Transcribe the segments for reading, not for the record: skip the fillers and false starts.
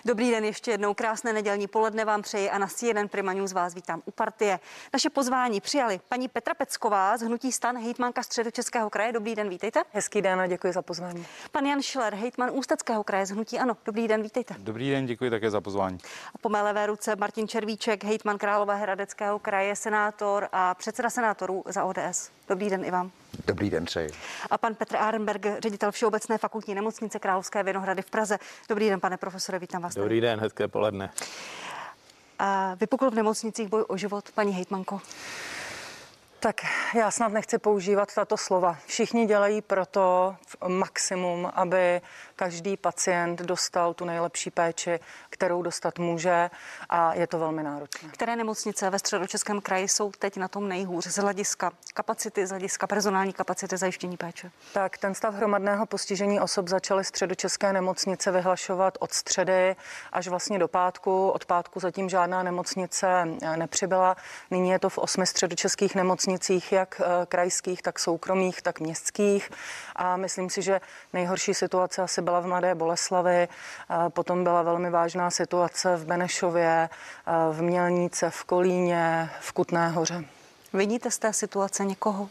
Dobrý den, ještě jednou krásné nedělní poledne vám přeji a na CNN Prima News vás vítám u partie. Naše pozvání přijali paní Petra Pecková z hnutí STAN, hejtmanka Středočeského kraje. Dobrý den, vítejte. Hezký den a děkuji za pozvání. Pan Jan Schiller, hejtman Ústeckého kraje z hnutí ANO. Dobrý den, vítejte. Dobrý den, děkuji také za pozvání. A po mé levé ruce Martin Červíček, hejtman Královéhradeckého kraje, senátor a předseda senátorů za ODS. Dobrý den i vám. Dobrý den, přeji. A pan Petr Arenberg, ředitel Všeobecné fakultní nemocnice Královské Vinohrady v Praze. Dobrý den, pane profesore, vítám vás. Dobrý den, hezké poledne. A vypukl v nemocnicích boj o život, paní hejtmanko. Tak já snad nechci používat tato slova. Všichni dělají proto maximum, aby každý pacient dostal tu nejlepší péči, kterou dostat může, a je to velmi náročné. Které nemocnice ve Středočeském kraji jsou teď na tom nejhůř z hlediska kapacity, z hlediska personální kapacity zajištění péče? Tak ten stav hromadného postižení osob začaly středočeské nemocnice vyhlašovat od středy až vlastně do pátku. Od pátku zatím žádná nemocnice nepřibyla. Nyní je to v 8 středočeských nemocnicích, jak krajských, tak soukromých, tak městských. A myslím si, že nejhorší situace asi byla v Mladé Boleslavi, potom byla velmi vážná situace v Benešově, v Mělníce, v Kolíně, v Kutné Hoře. Viníte z té situace někoho?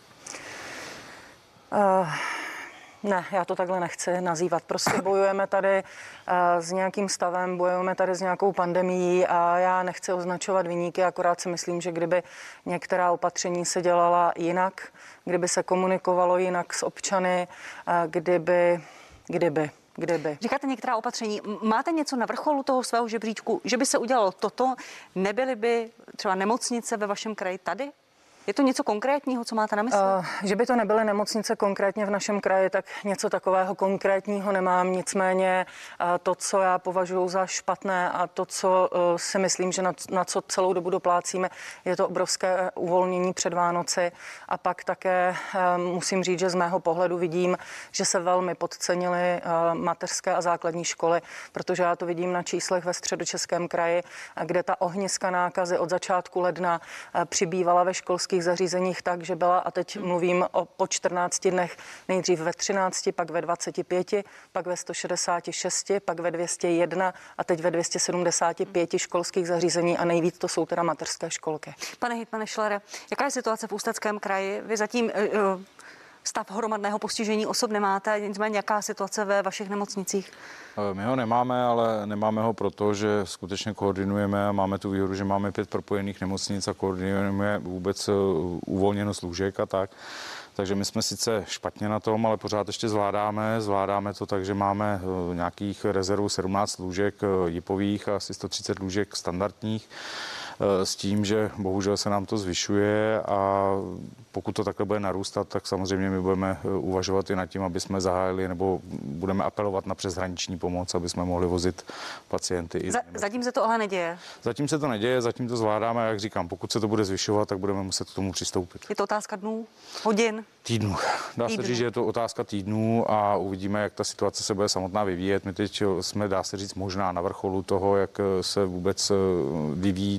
Ne, já to takhle nechci nazývat. Prostě bojujeme tady s nějakým stavem, bojujeme tady s nějakou pandemií a já nechci označovat viníky, akorát si myslím, že kdyby některá opatření se dělala jinak, kdyby se komunikovalo jinak s občany, kdyby. Říkáte některá opatření. Máte něco na vrcholu toho svého žebříčku, že by se udělalo toto, nebyly by třeba nemocnice ve vašem kraji tady? Je to něco konkrétního, co máte na mysli? Že by to nebyly nemocnice konkrétně v našem kraji, tak něco takového konkrétního nemám. Nicméně to, co já považuji za špatné a to, co si myslím, že na co celou dobu doplácíme, je to obrovské uvolnění před Vánoci. A pak také musím říct, že z mého pohledu vidím, že se velmi podcenily mateřské a základní školy, protože já to vidím na číslech ve Středočeském kraji, kde ta ohniska nákazy od začátku ledna přibývala ve školských zařízeních tak, že byla, a teď mluvím po 14 dnech, nejdřív ve 13, pak ve 25, pak ve 166, pak ve 201 a teď ve 275 školských zařízení a nejvíc to jsou teda mateřské školky. Pane hejtmane Schillere, jaká je situace v Ústeckém kraji? Vy zatím stav hromadného postižení osob nemáte, nicméně jaká situace ve vašich nemocnicích? My ho nemáme, ale nemáme ho proto, že skutečně koordinujeme a máme tu výhodu, že máme 5 propojených nemocnic a koordinujeme vůbec uvolněnost lůžek a tak. Takže my jsme sice špatně na tom, ale pořád ještě zvládáme to tak, že máme nějakých rezervů 17 lůžek jipových a asi 130 lůžek standardních, s tím, že bohužel se nám to zvyšuje a pokud to takhle bude narůstat, tak samozřejmě my budeme uvažovat i nad tím, aby jsme zahájili nebo budeme apelovat na přeshraniční pomoc, aby jsme mohli vozit pacienty. Zatím se to ale neděje. Zatím se to neděje, zatím to zvládáme a jak říkám, pokud se to bude zvyšovat, tak budeme muset k tomu přistoupit. Je to otázka dnů, hodin? Týdnů. Dá se říct, že je to otázka týdnů a uvidíme, jak ta situace se bude samotná vyvíjet. My teď jsme, dá se říct, možná na vrcholu toho, jak se vůbec vyvíjí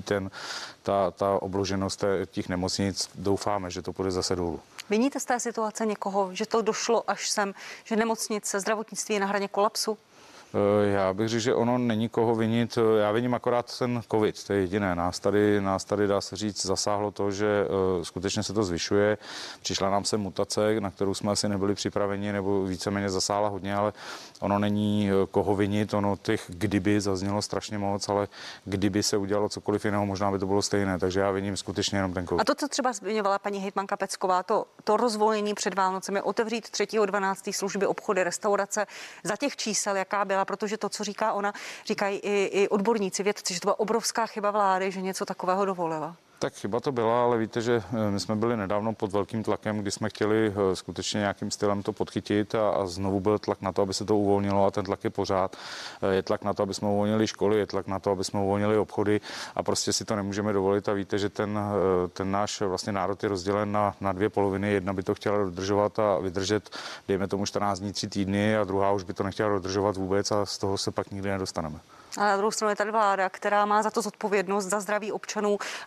ta obloženost těch nemocnic. Doufáme, že to půjde zase dolů. Viníte z té situace někoho, že to došlo až sem, že nemocnice, zdravotnictví je na hraně kolapsu? Já bych řekl, že ono není koho vinit. Já viním akorát ten covid, to je jediné. Nás tady dá se říct, zasáhlo to, že skutečně se to zvyšuje. Přišla nám sem mutace, na kterou jsme asi nebyli připraveni, nebo víceméně zasáhla hodně, ale ono není koho vinit. Ono těch kdyby zaznělo strašně moc, ale kdyby se udělalo cokoliv jiného, možná by to bylo stejné. Takže já viním skutečně jenom ten covid. A to, co třeba zmiňovala paní hejtmanka Pecková, to rozvolnění před Vánocemi, otevřít 3.12. služby, obchody, restaurace, za těch čísel, jaká byla, protože to, co říká ona, říkají i odborníci, vědci, že to byla obrovská chyba vlády, že něco takového dovolila. Tak chyba to byla, ale víte, že my jsme byli nedávno pod velkým tlakem, kdy jsme chtěli skutečně nějakým stylem to podchytit a znovu byl tlak na to, aby se to uvolnilo a ten tlak je pořád. Je tlak na to, aby jsme uvolnili školy, je tlak na to, aby jsme uvolnili obchody a prostě si to nemůžeme dovolit a víte, že ten náš vlastně národ je rozdělen na dvě poloviny. Jedna by to chtěla dodržovat a vydržet, dejme tomu 14 dní, 3 týdny a druhá už by to nechtěla dodržovat vůbec a z toho se pak nikdy nedostaneme. A na druhou stranu je tady vláda, která má za to zodpovědnost za zdraví občanů a ona nemůže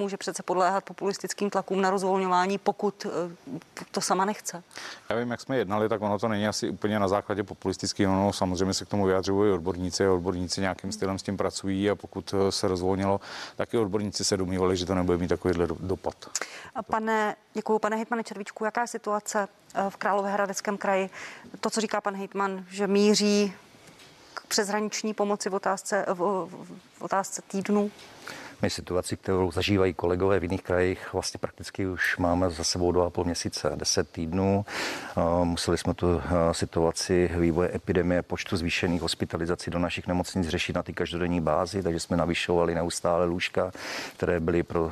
nemůže přece podléhat populistickým tlakům na rozvolňování, pokud to sama nechce. Já vím, jak jsme jednali, tak ono to není asi úplně na základě populistického. No, samozřejmě se k tomu vyjadřují odborníci a odborníci nějakým stylem s tím pracují a pokud se rozvolnilo, tak i odborníci se domnívali, že to nebude mít takovýhle dopad. Děkuji, pane hejtmane Červíčku. Jaká je situace v Královéhradeckém kraji? To, co říká pan hejtman, že míří k přeshraniční pomoci v otázce týdnů? My situaci, kterou zažívají kolegové v jiných krajích, vlastně prakticky už máme za sebou 2,5 měsíce, 10 týdnů. Museli jsme tu situaci vývoje epidemie, počtu zvýšených hospitalizací do našich nemocnic řešit na té každodenní bázi, takže jsme navyšovali neustále lůžka, které byly pro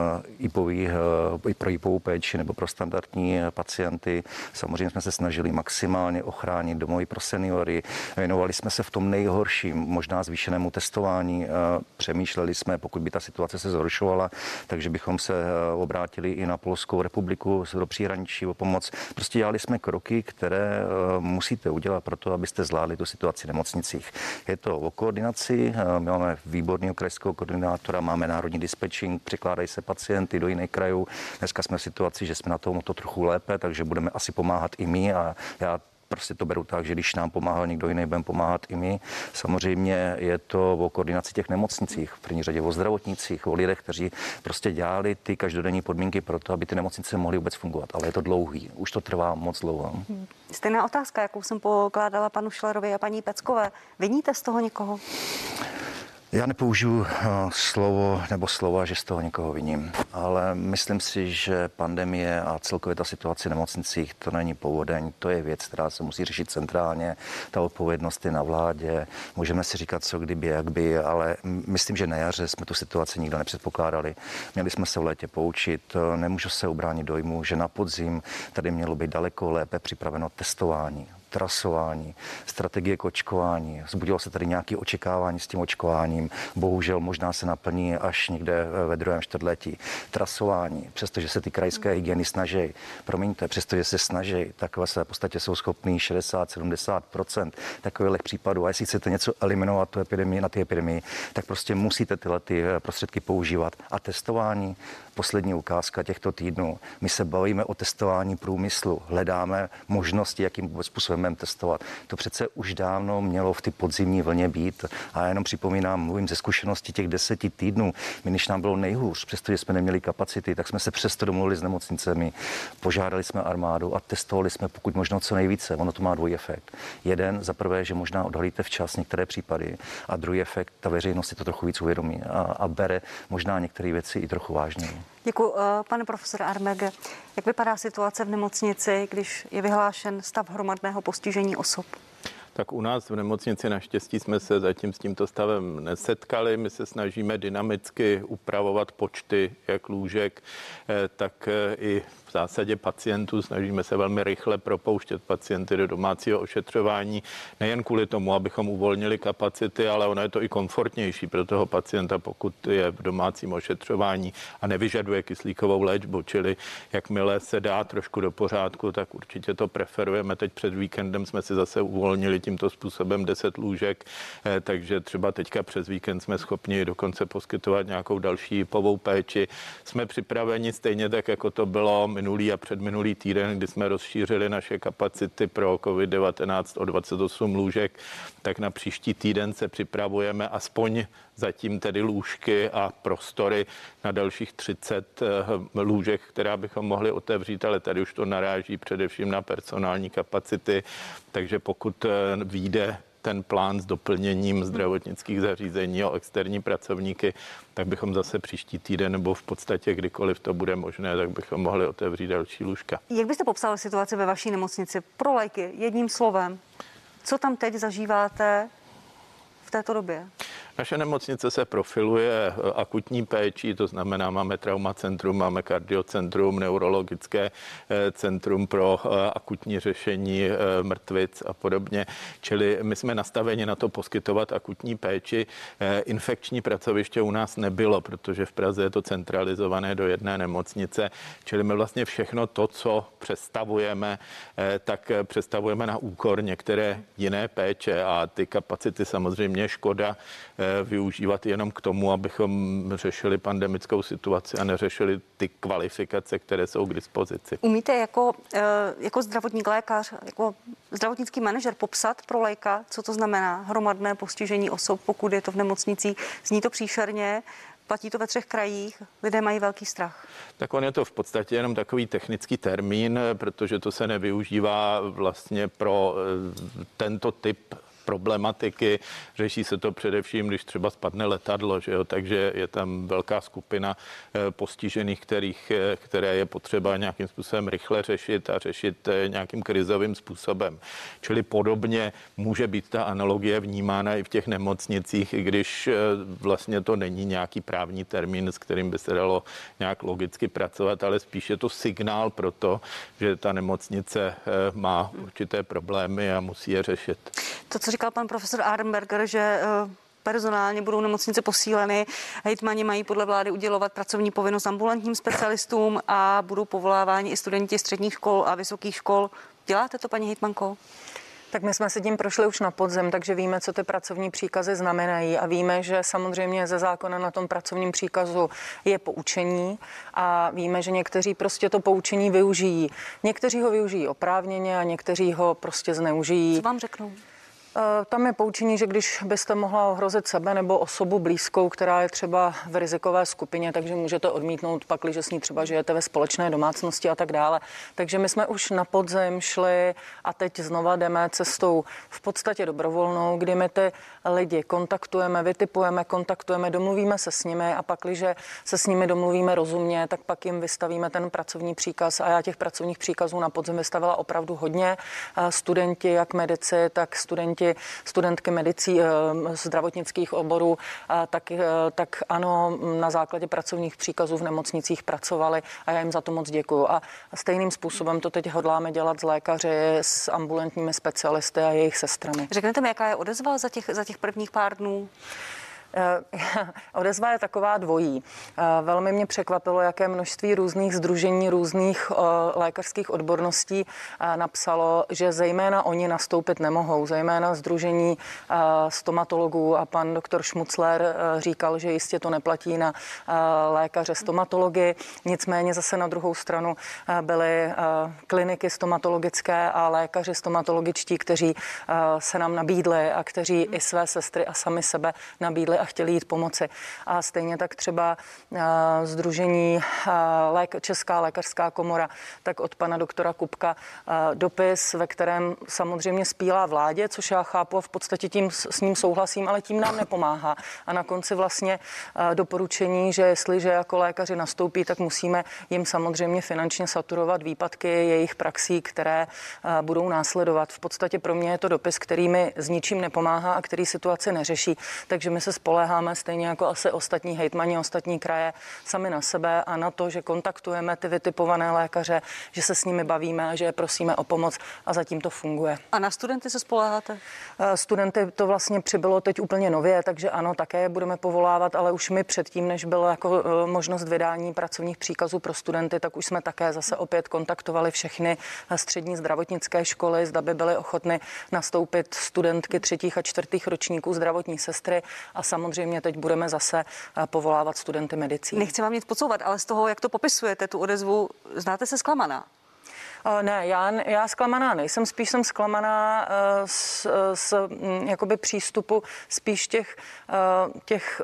IPovou péči nebo pro standardní pacienty. Samozřejmě jsme se snažili maximálně ochránit domovy pro seniory. Věnovali jsme se v tom nejhorším, možná zvýšenému testování. Přemýšleli jsme, pokud by ta situace se zhoršovala, takže bychom se obrátili i na Polskou republiku do příhraničí o pomoc. Prostě dělali jsme kroky, které musíte udělat pro to, abyste zvládli tu situaci v nemocnicích. Je to o koordinaci, my máme výborného krajského koordinátora, máme národní dispečing, překládají se pacienty do jiných krajů. Dneska jsme v situaci, že jsme na tom to trochu lépe, takže budeme asi pomáhat i my a já prostě to beru tak, že když nám pomáhal někdo jiný, budeme pomáhat i my. Samozřejmě je to o koordinaci těch nemocnicích, v první řadě o zdravotnících, o lidech, kteří prostě dělali ty každodenní podmínky pro to, aby ty nemocnice mohly vůbec fungovat. Ale je to dlouhý, už to trvá moc dlouho. Stejná otázka, jakou jsem pokládala panu Schillerovi a paní Peckové. Viníte z toho někoho? Já nepoužiju slovo nebo slova, že z toho někoho viním, ale myslím si, že pandemie a celkově ta situace v nemocnicích, to není povodeň, to je věc, která se musí řešit centrálně, ta odpovědnost je na vládě, můžeme si říkat, co kdyby, jak by, ale myslím, že na jaře jsme tu situaci nikdo nepředpokládali. Měli jsme se v létě poučit, nemůžu se ubránit dojmu, že na podzim tady mělo být daleko lépe připraveno testování, trasování, strategie k očkování. Vzbudilo se tady nějaké očekávání s tím očkováním. Bohužel možná se naplní až někde ve druhém čtvrtletí. Trasování, přestože se ty krajské hygieny snaží, přestože se snaží, tak v podstatě jsou schopní 60-70% takových případů. A jestli chcete něco eliminovat tu epidemii, na ty epidemii, tak prostě musíte tyhle ty prostředky používat. A testování, poslední ukázka těchto týdnů. My se bavíme o testování průmyslu, hledáme možnosti, jakým způsobem testovat. To přece už dávno mělo v ty podzimní vlně být. A já jenom připomínám, mluvím ze zkušenosti těch 10 týdnů. My, když nám bylo nejhůř, přestože jsme neměli kapacity, tak jsme se přesto domluvili s nemocnicemi, požádali jsme armádu a testovali jsme pokud možno co nejvíce. Ono to má dvojí efekt. Jeden, za prvé, že možná odhalíte včas některé případy, a druhý efekt, ta veřejnost si to trochu víc uvědomí a bere možná některé věci i trochu vážněji. Děkuji. Pane profesor Armege, jak vypadá situace v nemocnici, když je vyhlášen stav hromadného postižení osob? Tak u nás v nemocnici naštěstí jsme se zatím s tímto stavem nesetkali. My se snažíme dynamicky upravovat počty jak lůžek, tak i v zásadě pacientů. Snažíme se velmi rychle propouštět pacienty do domácího ošetřování. Nejen kvůli tomu, abychom uvolnili kapacity, ale ono je to i komfortnější pro toho pacienta, pokud je v domácím ošetřování a nevyžaduje kyslíkovou léčbu. Čili jakmile se dá trošku do pořádku, tak určitě to preferujeme. Teď před víkendem jsme si zase uvolnili tímto způsobem 10 lůžek, takže třeba teďka přes víkend jsme schopni dokonce poskytovat nějakou další jípovou péči. Jsme připraveni stejně tak, jako to bylo minulý a předminulý týden, kdy jsme rozšířili naše kapacity pro COVID-19 o 28 lůžek, tak na příští týden se připravujeme aspoň zatím tedy lůžky a prostory na dalších 30 lůžek, která bychom mohli otevřít, ale tady už to naráží především na personální kapacity, takže pokud vyjde ten plán s doplněním zdravotnických zařízení o externí pracovníky, tak bychom zase příští týden nebo v podstatě kdykoliv to bude možné, tak bychom mohli otevřít další lůžka. Jak byste popsal situaci ve vaší nemocnici pro laiky jedním slovem? Co tam teď zažíváte v této době? Naše nemocnice se profiluje akutní péčí, to znamená, máme traumacentrum, máme kardiocentrum, neurologické centrum pro akutní řešení mrtvic a podobně. Čili my jsme nastaveni na to poskytovat akutní péči. Infekční pracoviště u nás nebylo, protože v Praze je to centralizované do jedné nemocnice. Čili my vlastně všechno to, co představujeme, tak představujeme na úkor některé jiné péče a ty kapacity samozřejmě škoda využívat jenom k tomu, abychom řešili pandemickou situaci a neřešili ty kvalifikace, které jsou k dispozici. Umíte jako zdravotník, lékař, jako zdravotnický manažer popsat pro laika, co to znamená hromadné postižení osob, pokud je to v nemocnicích? Zní to příšerně, platí to ve 3 krajích, lidé mají velký strach. Tak on je to v podstatě jenom takový technický termín, protože to se nevyužívá vlastně pro tento typ problematiky. Řeší se to především, když třeba spadne letadlo, že jo? Takže je tam velká skupina postižených, které je potřeba nějakým způsobem rychle řešit a řešit nějakým krizovým způsobem. Čili podobně může být ta analogie vnímána i v těch nemocnicích, i když vlastně to není nějaký právní termín, s kterým by se dalo nějak logicky pracovat, ale spíš je to signál pro to, že ta nemocnice má určité problémy a musí je řešit. To, co říkal pan profesor Arenberger, že personálně budou nemocnice posíleny, hejtmani mají podle vlády udělovat pracovní povinnost ambulantním specialistům a budou povoláváni i studenti středních škol a vysokých škol. Děláte to, paní hejtmanko? Tak my jsme si tím prošli už na podzim, takže víme, co ty pracovní příkazy znamenají a víme, že samozřejmě ze zákona na tom pracovním příkazu je poučení a víme, že někteří prostě to poučení využijí. Někteří ho využijí oprávněně a někteří ho prostě zneužijí. Co vám řeknou? Tam je poučení, že když byste mohla ohrozit sebe nebo osobu blízkou, která je třeba v rizikové skupině, takže můžete odmítnout pakliže s ní třeba žijete ve společné domácnosti a tak dále. Takže my jsme už na podzim šli a teď znova jdeme cestou v podstatě dobrovolnou, kdy my ty lidi kontaktujeme, vytipujeme, kontaktujeme, domluvíme se s nimi a pakliže se s nimi domluvíme rozumně, tak pak jim vystavíme ten pracovní příkaz a já těch pracovních příkazů na podzim vystavila opravdu hodně. Studenti, jak medici, tak studentky zdravotnických oborů, tak ano, na základě pracovních příkazů v nemocnicích pracovali a já jim za to moc děkuju. A stejným způsobem to teď hodláme dělat s lékaři, s ambulantními specialisty a jejich sestrami. Řeknete mi, jaká je odezva za těch prvních pár dnů? Odezva je taková dvojí. Velmi mě překvapilo, jaké množství různých sdružení, různých lékařských odborností napsalo, že zejména oni nastoupit nemohou. Zejména sdružení stomatologů a pan doktor Šmucler říkal, že jistě to neplatí na lékaře stomatology. Nicméně zase na druhou stranu byly kliniky stomatologické a lékaři stomatologičtí, kteří se nám nabídli a kteří i své sestry a sami sebe nabídli a chtěli jít pomoci. A stejně tak třeba sdružení Česká lékařská komora, tak od pana doktora Kupka dopis, ve kterém samozřejmě spílá vládě, což já chápu a v podstatě tím s ním souhlasím, ale tím nám nepomáhá. A na konci vlastně doporučení, že jestliže jako lékaři nastoupí, tak musíme jim samozřejmě finančně saturovat výpadky jejich praxí, které budou následovat. V podstatě pro mě je to dopis, který mi s ničím nepomáhá a který situaci neřeší. Takže my se spoléháme stejně jako asi ostatní hejtmani, ostatní kraje sami na sebe a na to, že kontaktujeme ty vytipované lékaře, že se s nimi bavíme a že je prosíme o pomoc a zatím to funguje. A na studenty se spoléháte? Studenty to vlastně přibylo teď úplně nově, takže ano, také je budeme povolávat, ale už my předtím, než byla jako možnost vydání pracovních příkazů pro studenty, tak už jsme také zase opět kontaktovali všechny střední zdravotnické školy, zda by byly ochotny nastoupit studentky 3. a 4. ročníků zdravotní sestry a samozřejmě teď budeme zase povolávat studenty medicíny. Nechci vám nic podsouvat, ale z toho, jak to popisujete, tu odezvu, znáte se zklamaná? Ne, já zklamaná nejsem, spíš jsem zklamaná z jakoby přístupu spíš těch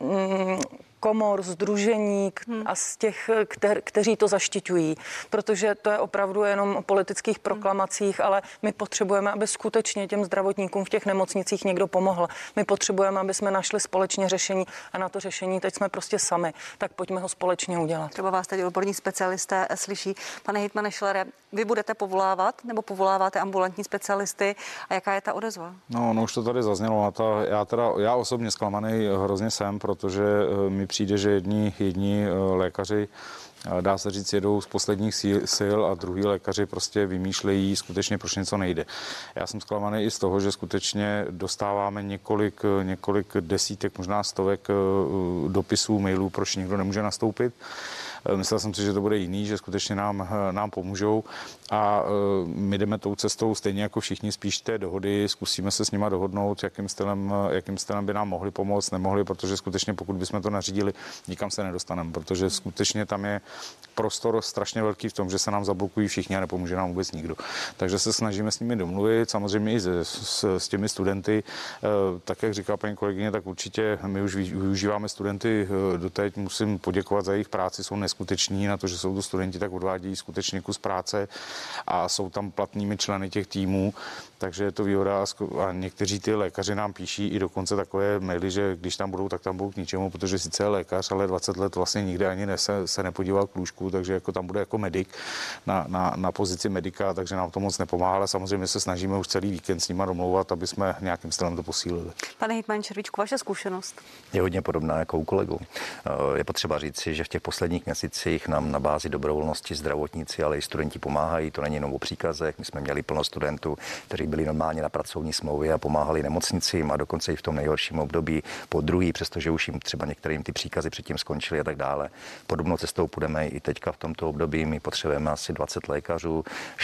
komor, sdružení a z těch, kteří to zaštiťují, protože to je opravdu jenom o politických proklamacích, ale my potřebujeme, aby skutečně těm zdravotníkům v těch nemocnicích někdo pomohl. My potřebujeme, aby jsme našli společně řešení a na to řešení teď jsme prostě sami, tak pojďme ho společně udělat. Třeba vás teď odborní specialisté slyší. Pane hejtmane Schillere, vy budete povolávat nebo povoláváte ambulantní specialisty a jaká je ta odezva? No už to tady zaznělo. Já osobně zklamaný hrozně jsem, protože mi přijde, že jedni lékaři, dá se říct, jedou z posledních sil a druhý lékaři prostě vymýšlejí skutečně, proč něco nejde. Já jsem zklamaný i z toho, že skutečně dostáváme několik desítek, možná stovek dopisů, mailů, proč někdo nemůže nastoupit. Myslel jsem si, že to bude jiný, že skutečně nám pomůžou a my jdeme tou cestou stejně jako všichni spíš té dohody, zkusíme se s nima dohodnout, jakým stylem by nám mohli pomoct, nemohli, protože skutečně pokud bychom to nařídili, nikam se nedostaneme, protože skutečně tam je prostor strašně velký v tom, že se nám zablokují všichni a nepomůže nám vůbec nikdo. Takže se snažíme s nimi domluvit, samozřejmě i s těmi studenty. Tak, jak říká paní kolegyně, tak určitě my už využíváme studenty doteď. Musím poděkovat za jejich práci, jsou neskuteční na to, že jsou tu studenti, tak odvádějí skutečně kus práce a jsou tam platnými členy těch týmů, takže je to výhoda a někteří ty lékaři nám píší i dokonce takové maily, že když tam budou, tak tam budou k ničemu, protože sice je lékař, ale 20 let vlastně nikdy ani se nepodíval k lůžku, takže jako tam bude jako medic na pozici medika, takže nám to moc nepomáhá, ale samozřejmě se snažíme už celý víkend s nima domlouvat, aby jsme nějakým stylem to posílili. Pane hejtmane Červíčku, vaše zkušenost? Je hodně podobná jako u kolegů. Je potřeba říci, že v těch posledních měsících nám na bázi dobrovolnosti zdravotníci, ale i studenti pomáhají. To není jenom o příkazech. My jsme měli plno studentů, kteří byli normálně na pracovní smlouvě a pomáhali nemocnicím a dokonce i v tom nejhorším období po druhý, přestože už jim třeba některým ty příkazy předtím skončily a tak dále. Podobnou cestou půjdeme i teďka v tomto období. My potřebujeme asi 20 lékařů,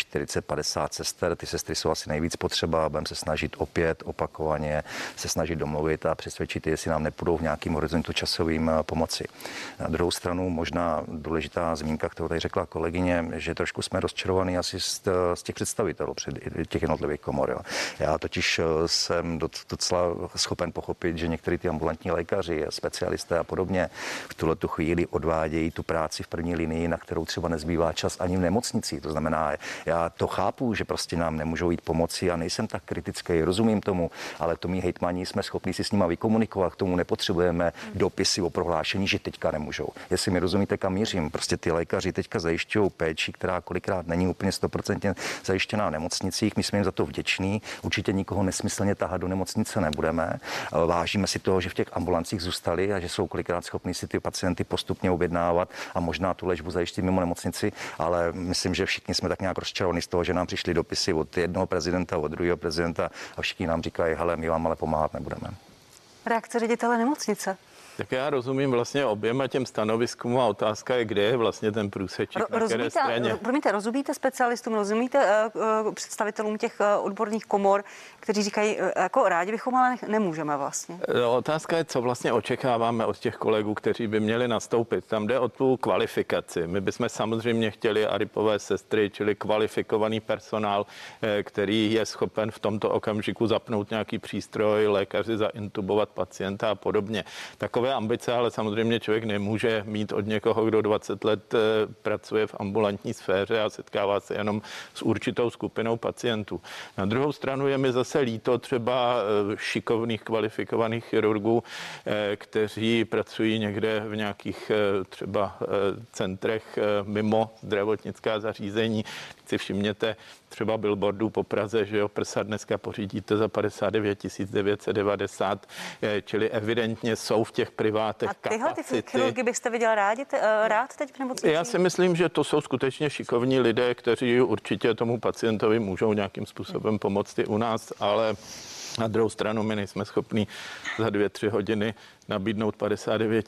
40-50 sester. Ty sestry jsou asi nejvíc potřeba. Budeme se snažit opět opakovaně se snažit domluvit a přesvědčit, jestli nám nepůjdou v nějakým horizontu časovým pomoci. Na druhou stranu možná důležitá zmínka, kterou tady řekla kolegyně, že trošku jsme rozčarovaní asi z těch představitelů těch jednotlivých komor. Jo. Já totiž jsem docela schopen pochopit, že některý ty ambulantní lékaři, specialisté a podobně v tuhletu chvíli odvádějí tu práci v první linii, na kterou třeba nezbývá čas ani v nemocnici. To znamená, já to chápu, že prostě nám nemůžou jít pomoci a nejsem tak kritický, rozumím tomu, ale to my hejtmani jsme schopni si s nima vykomunikovat, k tomu nepotřebujeme dopisy o prohlášení, že teďka nemůžou. Jestli mi rozumíte, kam mířím, prostě ty lékaři teďka zajišťují péči, která kolikrát není úplně 100% zajištěná v nemocnicích. My jsme jim za to vděční. Určitě nikoho nesmyslně tahat do nemocnice nebudeme. Vážíme si toho, že v těch ambulancích zůstali a že jsou kolikrát schopni si ty pacienty postupně objednávat a možná tu léčbu zajistit mimo nemocnici, ale myslím, že všichni jsme tak nějak rozčarovaní z toho, že nám přišly dopisy od jednoho prezidenta, od druhého prezidenta a všichni nám říkají, hele, my vám ale pomáhat nebudeme. Reakce ředitele nemocnice. Tak já rozumím vlastně oběma těm stanoviskům a otázka je, kde je vlastně ten průsečík, na které straně. Rozumíte specialistům, rozumíte představitelům těch odborných komor, kteří říkají, jako rádi bychom, ale nemůžeme vlastně. Otázka je, co vlastně očekáváme od těch kolegů, kteří by měli nastoupit. Tam jde o tu kvalifikaci. My bychom samozřejmě chtěli aripové sestry, čili kvalifikovaný personál, který je schopen v tomto okamžiku zapnout nějaký přístroj, lékaři zaintubovat pacienta a podobně. Takové ambice, ale samozřejmě člověk nemůže mít od někoho, kdo 20 let pracuje v ambulantní sféře a setkává se jenom s určitou skupinou pacientů. Na druhou stranu je mi zase líto třeba šikovných kvalifikovaných chirurgů, kteří pracují někde v nějakých třeba centrech mimo zdravotnická zařízení. Si všimněte třeba billboardů po Praze, že jo, prsa dneska pořídíte za 59 990, čili evidentně jsou v těch privátech kapacity. A tyhle ty chirurgy byste viděl rád teď v nemocnici? Já si myslím, že to jsou skutečně šikovní lidé, kteří určitě tomu pacientovi můžou nějakým způsobem pomoct i u nás, ale na druhou stranu my nejsme schopní za 2-3 hodiny nabídnout 59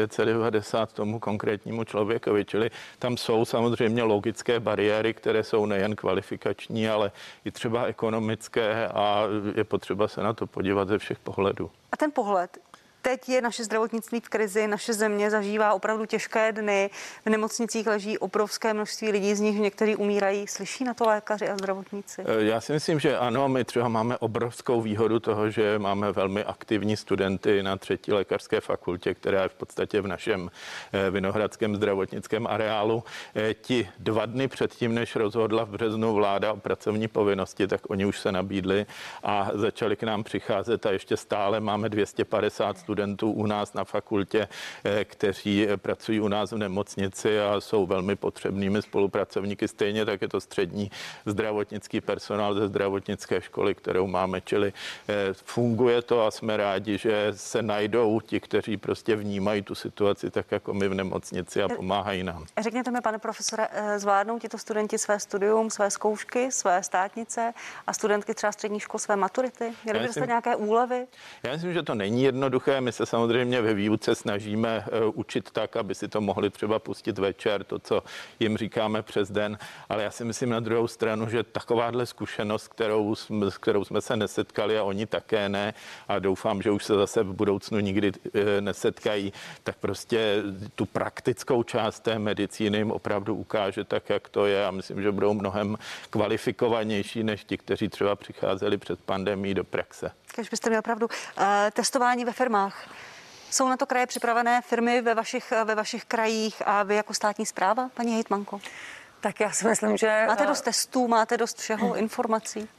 990 tomu konkrétnímu člověkovi. Čili tam jsou samozřejmě logické bariéry, které jsou nejen kvalifikační, ale i třeba ekonomické a je potřeba se na to podívat ze všech pohledů. A ten pohled? Teď je naše zdravotnictví v krizi, naše země zažívá opravdu těžké dny, v nemocnicích leží obrovské množství lidí, z nich někteří umírají. Slyší na to lékaři a zdravotníci? Já si myslím, že ano, my třeba máme obrovskou výhodu toho, že máme velmi aktivní studenty na 3. lékařské fakultě, která je v podstatě v našem Vinohradském zdravotnickém areálu. Ti 2 dny předtím, než rozhodla v březnu vláda o pracovní povinnosti, tak oni už se nabídli a začali k nám přicházet a ještě stále máme 250 studentů u nás na fakultě, kteří pracují u nás v nemocnici a jsou velmi potřebnými spolupracovníky. Stejně tak je to střední zdravotnický personál ze zdravotnické školy, kterou máme. Čili funguje to a jsme rádi, že se najdou ti, kteří prostě vnímají tu situaci tak jako my v nemocnici a pomáhají nám. Řekněte mi, pane profesore, zvládnou tito studenti své studium, své zkoušky, své státnice a studentky třeba středních škol své maturity? Měli byste nějaké úlevy? Já myslím, že to není jednoduché. funguje. My se samozřejmě ve výuce snažíme učit tak, aby si to mohli třeba pustit večer, to, co jim říkáme přes den, ale já si myslím na druhou stranu, že takováhle zkušenost, s kterou jsme se nesetkali a oni také ne, a doufám, že už se zase v budoucnu nikdy nesetkají, tak prostě tu praktickou část té medicíny jim opravdu ukáže tak, jak to je, a myslím, že budou mnohem kvalifikovanější než ti, kteří třeba přicházeli před pandemií do praxe. Když byste měl pravdu. Testování ve firmách. Jsou na to kraje připravené, firmy ve vašich krajích a vy jako státní správa, paní hejtmanko? Tak já si myslím, že... Máte dost testů, máte dost všeho, informací?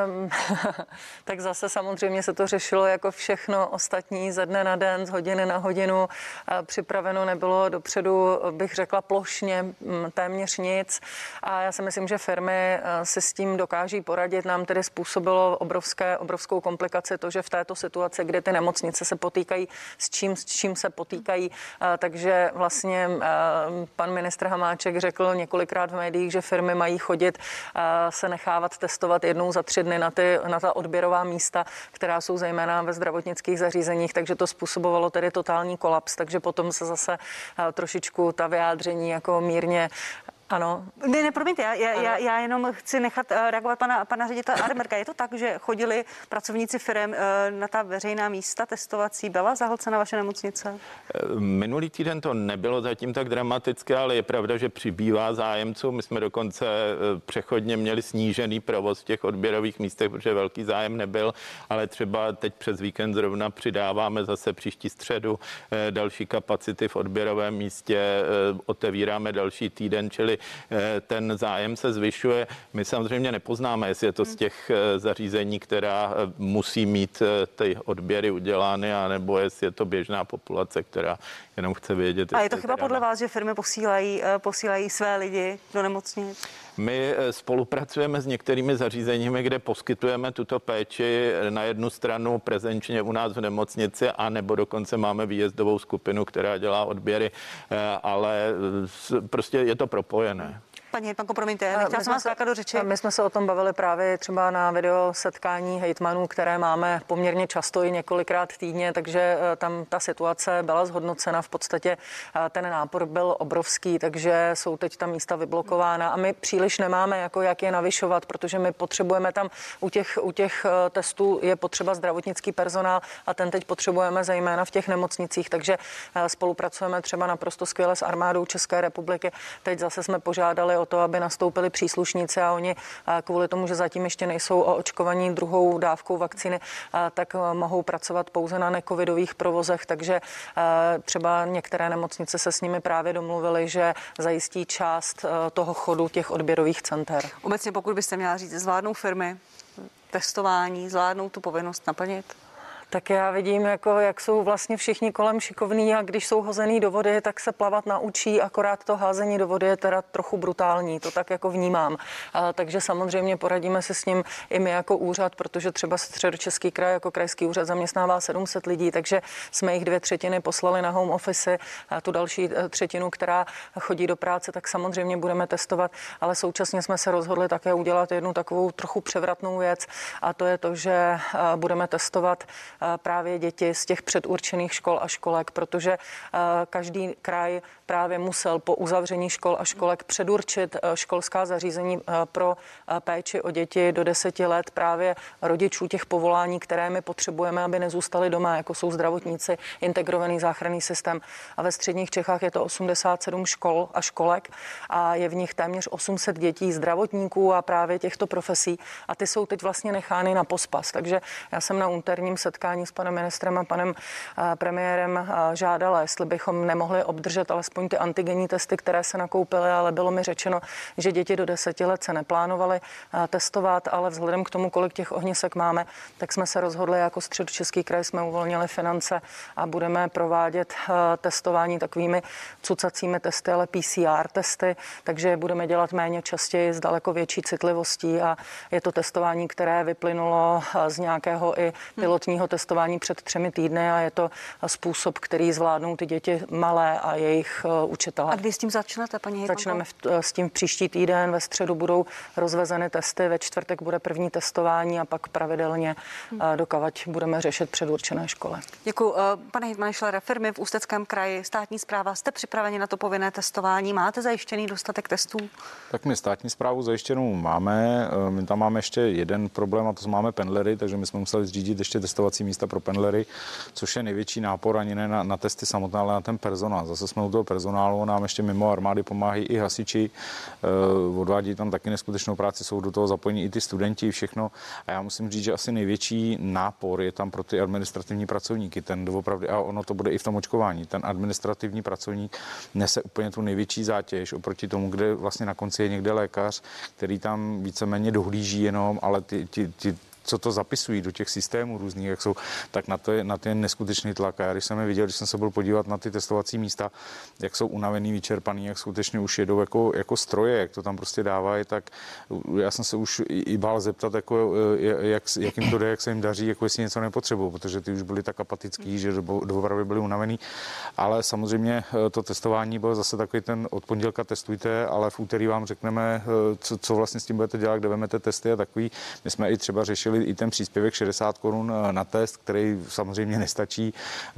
Tak zase samozřejmě se to řešilo jako všechno ostatní ze dne na den, z hodiny na hodinu. Připraveno nebylo dopředu, bych řekla plošně, téměř nic. A já si myslím, že firmy si s tím dokáží poradit. Nám tedy způsobilo obrovskou komplikaci to, že v této situaci, kde ty nemocnice se potýkají s čím se potýkají, takže vlastně pan ministr Hamáček řekl několikrát v médiích, že firmy mají chodit se nechávat testovat jednou za 3 dny na ta odběrová místa, která jsou zejména ve zdravotnických zařízeních, takže to způsobovalo tedy totální kolaps, takže potom se zase trošičku ta vyjádření jako mírně. Ano. Ne, promiňte, já jenom chci nechat reagovat pana ředitele Ademerka. Je to tak, že chodili pracovníci firem na ta veřejná místa testovací? Byla zahlcena vaše nemocnice? Minulý týden to nebylo zatím tak dramatické, ale je pravda, že přibývá zájemců. My jsme dokonce přechodně měli snížený provoz v těch odběrových místech, protože velký zájem nebyl, ale třeba teď přes víkend zrovna přidáváme zase příští středu další kapacity v odběrovém místě, otevíráme další týden, čili ten zájem se zvyšuje. My samozřejmě nepoznáme, jestli je to z těch zařízení, která musí mít ty odběry udělány, anebo jestli je to běžná populace, která jenom chce vědět. A je to chyba podle vás, že firmy posílají své lidi do nemocnic? My spolupracujeme s některými zařízeními, kde poskytujeme tuto péči na jednu stranu prezenčně u nás v nemocnici, a nebo dokonce máme výjezdovou skupinu, která dělá odběry, ale prostě je to propojené. Paní hejtmanko, promiňte, nechtěla jsem vás skákat do řeči. My jsme se o tom bavili právě třeba na video setkání hejtmanů, které máme poměrně často i několikrát týdně, takže tam ta situace byla zhodnocena. V podstatě ten nápor byl obrovský, takže jsou teď ta místa vyblokována a my příliš nemáme jako jak je navyšovat, protože my potřebujeme tam u těch testů je potřeba zdravotnický personál a ten teď potřebujeme zejména v těch nemocnicích, takže spolupracujeme třeba naprosto skvěle s armádou České republiky. Teď zase jsme požádali o to, aby nastoupili příslušníci a oni kvůli tomu, že zatím ještě nejsou očkovaní druhou dávkou vakcíny, tak mohou pracovat pouze na necovidových provozech, takže třeba některé nemocnice se s nimi právě domluvily, že zajistí část toho chodu těch odběrových center. Obecně, pokud byste měla říct, zvládnou firmy testování, zvládnou tu povinnost naplnit? Tak já vidím, jak jsou vlastně všichni kolem šikovní a když jsou hozený do vody, tak se plavat naučí, akorát to házení do vody je teda trochu brutální, to tak jako vnímám. Takže samozřejmě poradíme se s ním i my jako úřad, protože třeba Středočeský kraj jako krajský úřad zaměstnává 700 lidí, takže jsme jich 2/3 poslali na home office, a tu další 1/3, která chodí do práce, tak samozřejmě budeme testovat, ale současně jsme se rozhodli také udělat jednu takovou trochu převratnou věc a to je to, že budeme testovat právě děti z těch předurčených škol a školek, protože každý kraj právě musel po uzavření škol a školek předurčit školská zařízení pro péči o děti do 10 let právě rodičů těch povolání, které my potřebujeme, aby nezůstali doma, jako jsou zdravotníci, integrovaný záchranný systém. A ve středních Čechách je to 87 škol a školek a je v nich téměř 800 dětí zdravotníků a právě těchto profesí a ty jsou teď vlastně nechány na pospas. Takže já jsem na úterním setkání s panem ministrem a panem premiérem žádala, jestli bychom nemohli obdržet alespoň ty antigenní testy, které se nakoupily, ale bylo mi řečeno, že děti do 10 let se neplánovaly testovat, ale vzhledem k tomu, kolik těch ohnisek máme, tak jsme se rozhodli, jako Středočeský kraj jsme uvolnili finance a budeme provádět testování takovými cucacími testy, ale PCR testy, takže budeme dělat méně častěji s daleko větší citlivostí a je to testování, které vyplynulo z nějakého i pilotního testování před 3 týdny a je to způsob, který zvládnou ty děti malé a jejich učitelé. A kdy s tím začnete, paní hejtmanko? Začneme s tím příští týden, ve středu budou rozvezeny testy, ve čtvrtek bude první testování a pak pravidelně dokavať budeme řešit předurčené školy. Děkuji. Pane hejtmane Šilere, firmy v Ústeckém kraji, státní správa, jste připraveni na to povinné testování? Máte zajištěný dostatek testů? Tak my státní správu zajištěnou máme. My tam máme ještě jeden problém a to máme pendlery, takže my jsme museli zřídit ještě testovací místa pro pendlery, což je největší nápor ani ne na testy samotné, ale na ten personál. Zase jsme u toho personálu, nám ještě mimo armády pomáhají i hasiči, odvádí tam taky neskutečnou práci, jsou do toho zapojení i ty studenti, všechno. A já musím říct, že asi největší nápor je tam pro ty administrativní pracovníky, ten doopravdy, a ono to bude i v tom očkování. Ten administrativní pracovník nese úplně tu největší zátěž oproti tomu, kde vlastně na konci je někde lékař, který tam víceméně dohlíží jenom, ale ty co to zapisují do těch systémů různých, jak jsou, tak na to je neskutečný tlak. A já když jsem je viděl, když jsem se byl podívat na ty testovací místa, jak jsou unavený, vyčerpaný, jak skutečně už jedou jako stroje, jak to tam prostě dávají, tak já jsem se už i bál zeptat, jako, jak jim to jde, jak se jim daří, jako jestli něco nepotřebují, protože ty už byli tak apatický, že doopravdy byli unavený. Ale samozřejmě to testování bylo zase takový ten od pondělka testujte, ale v úterý vám řekneme, co vlastně s tím budete dělat, kde vemete testy a takový. My jsme i třeba řešili i ten příspěvek 60 Kč na test, který samozřejmě nestačí.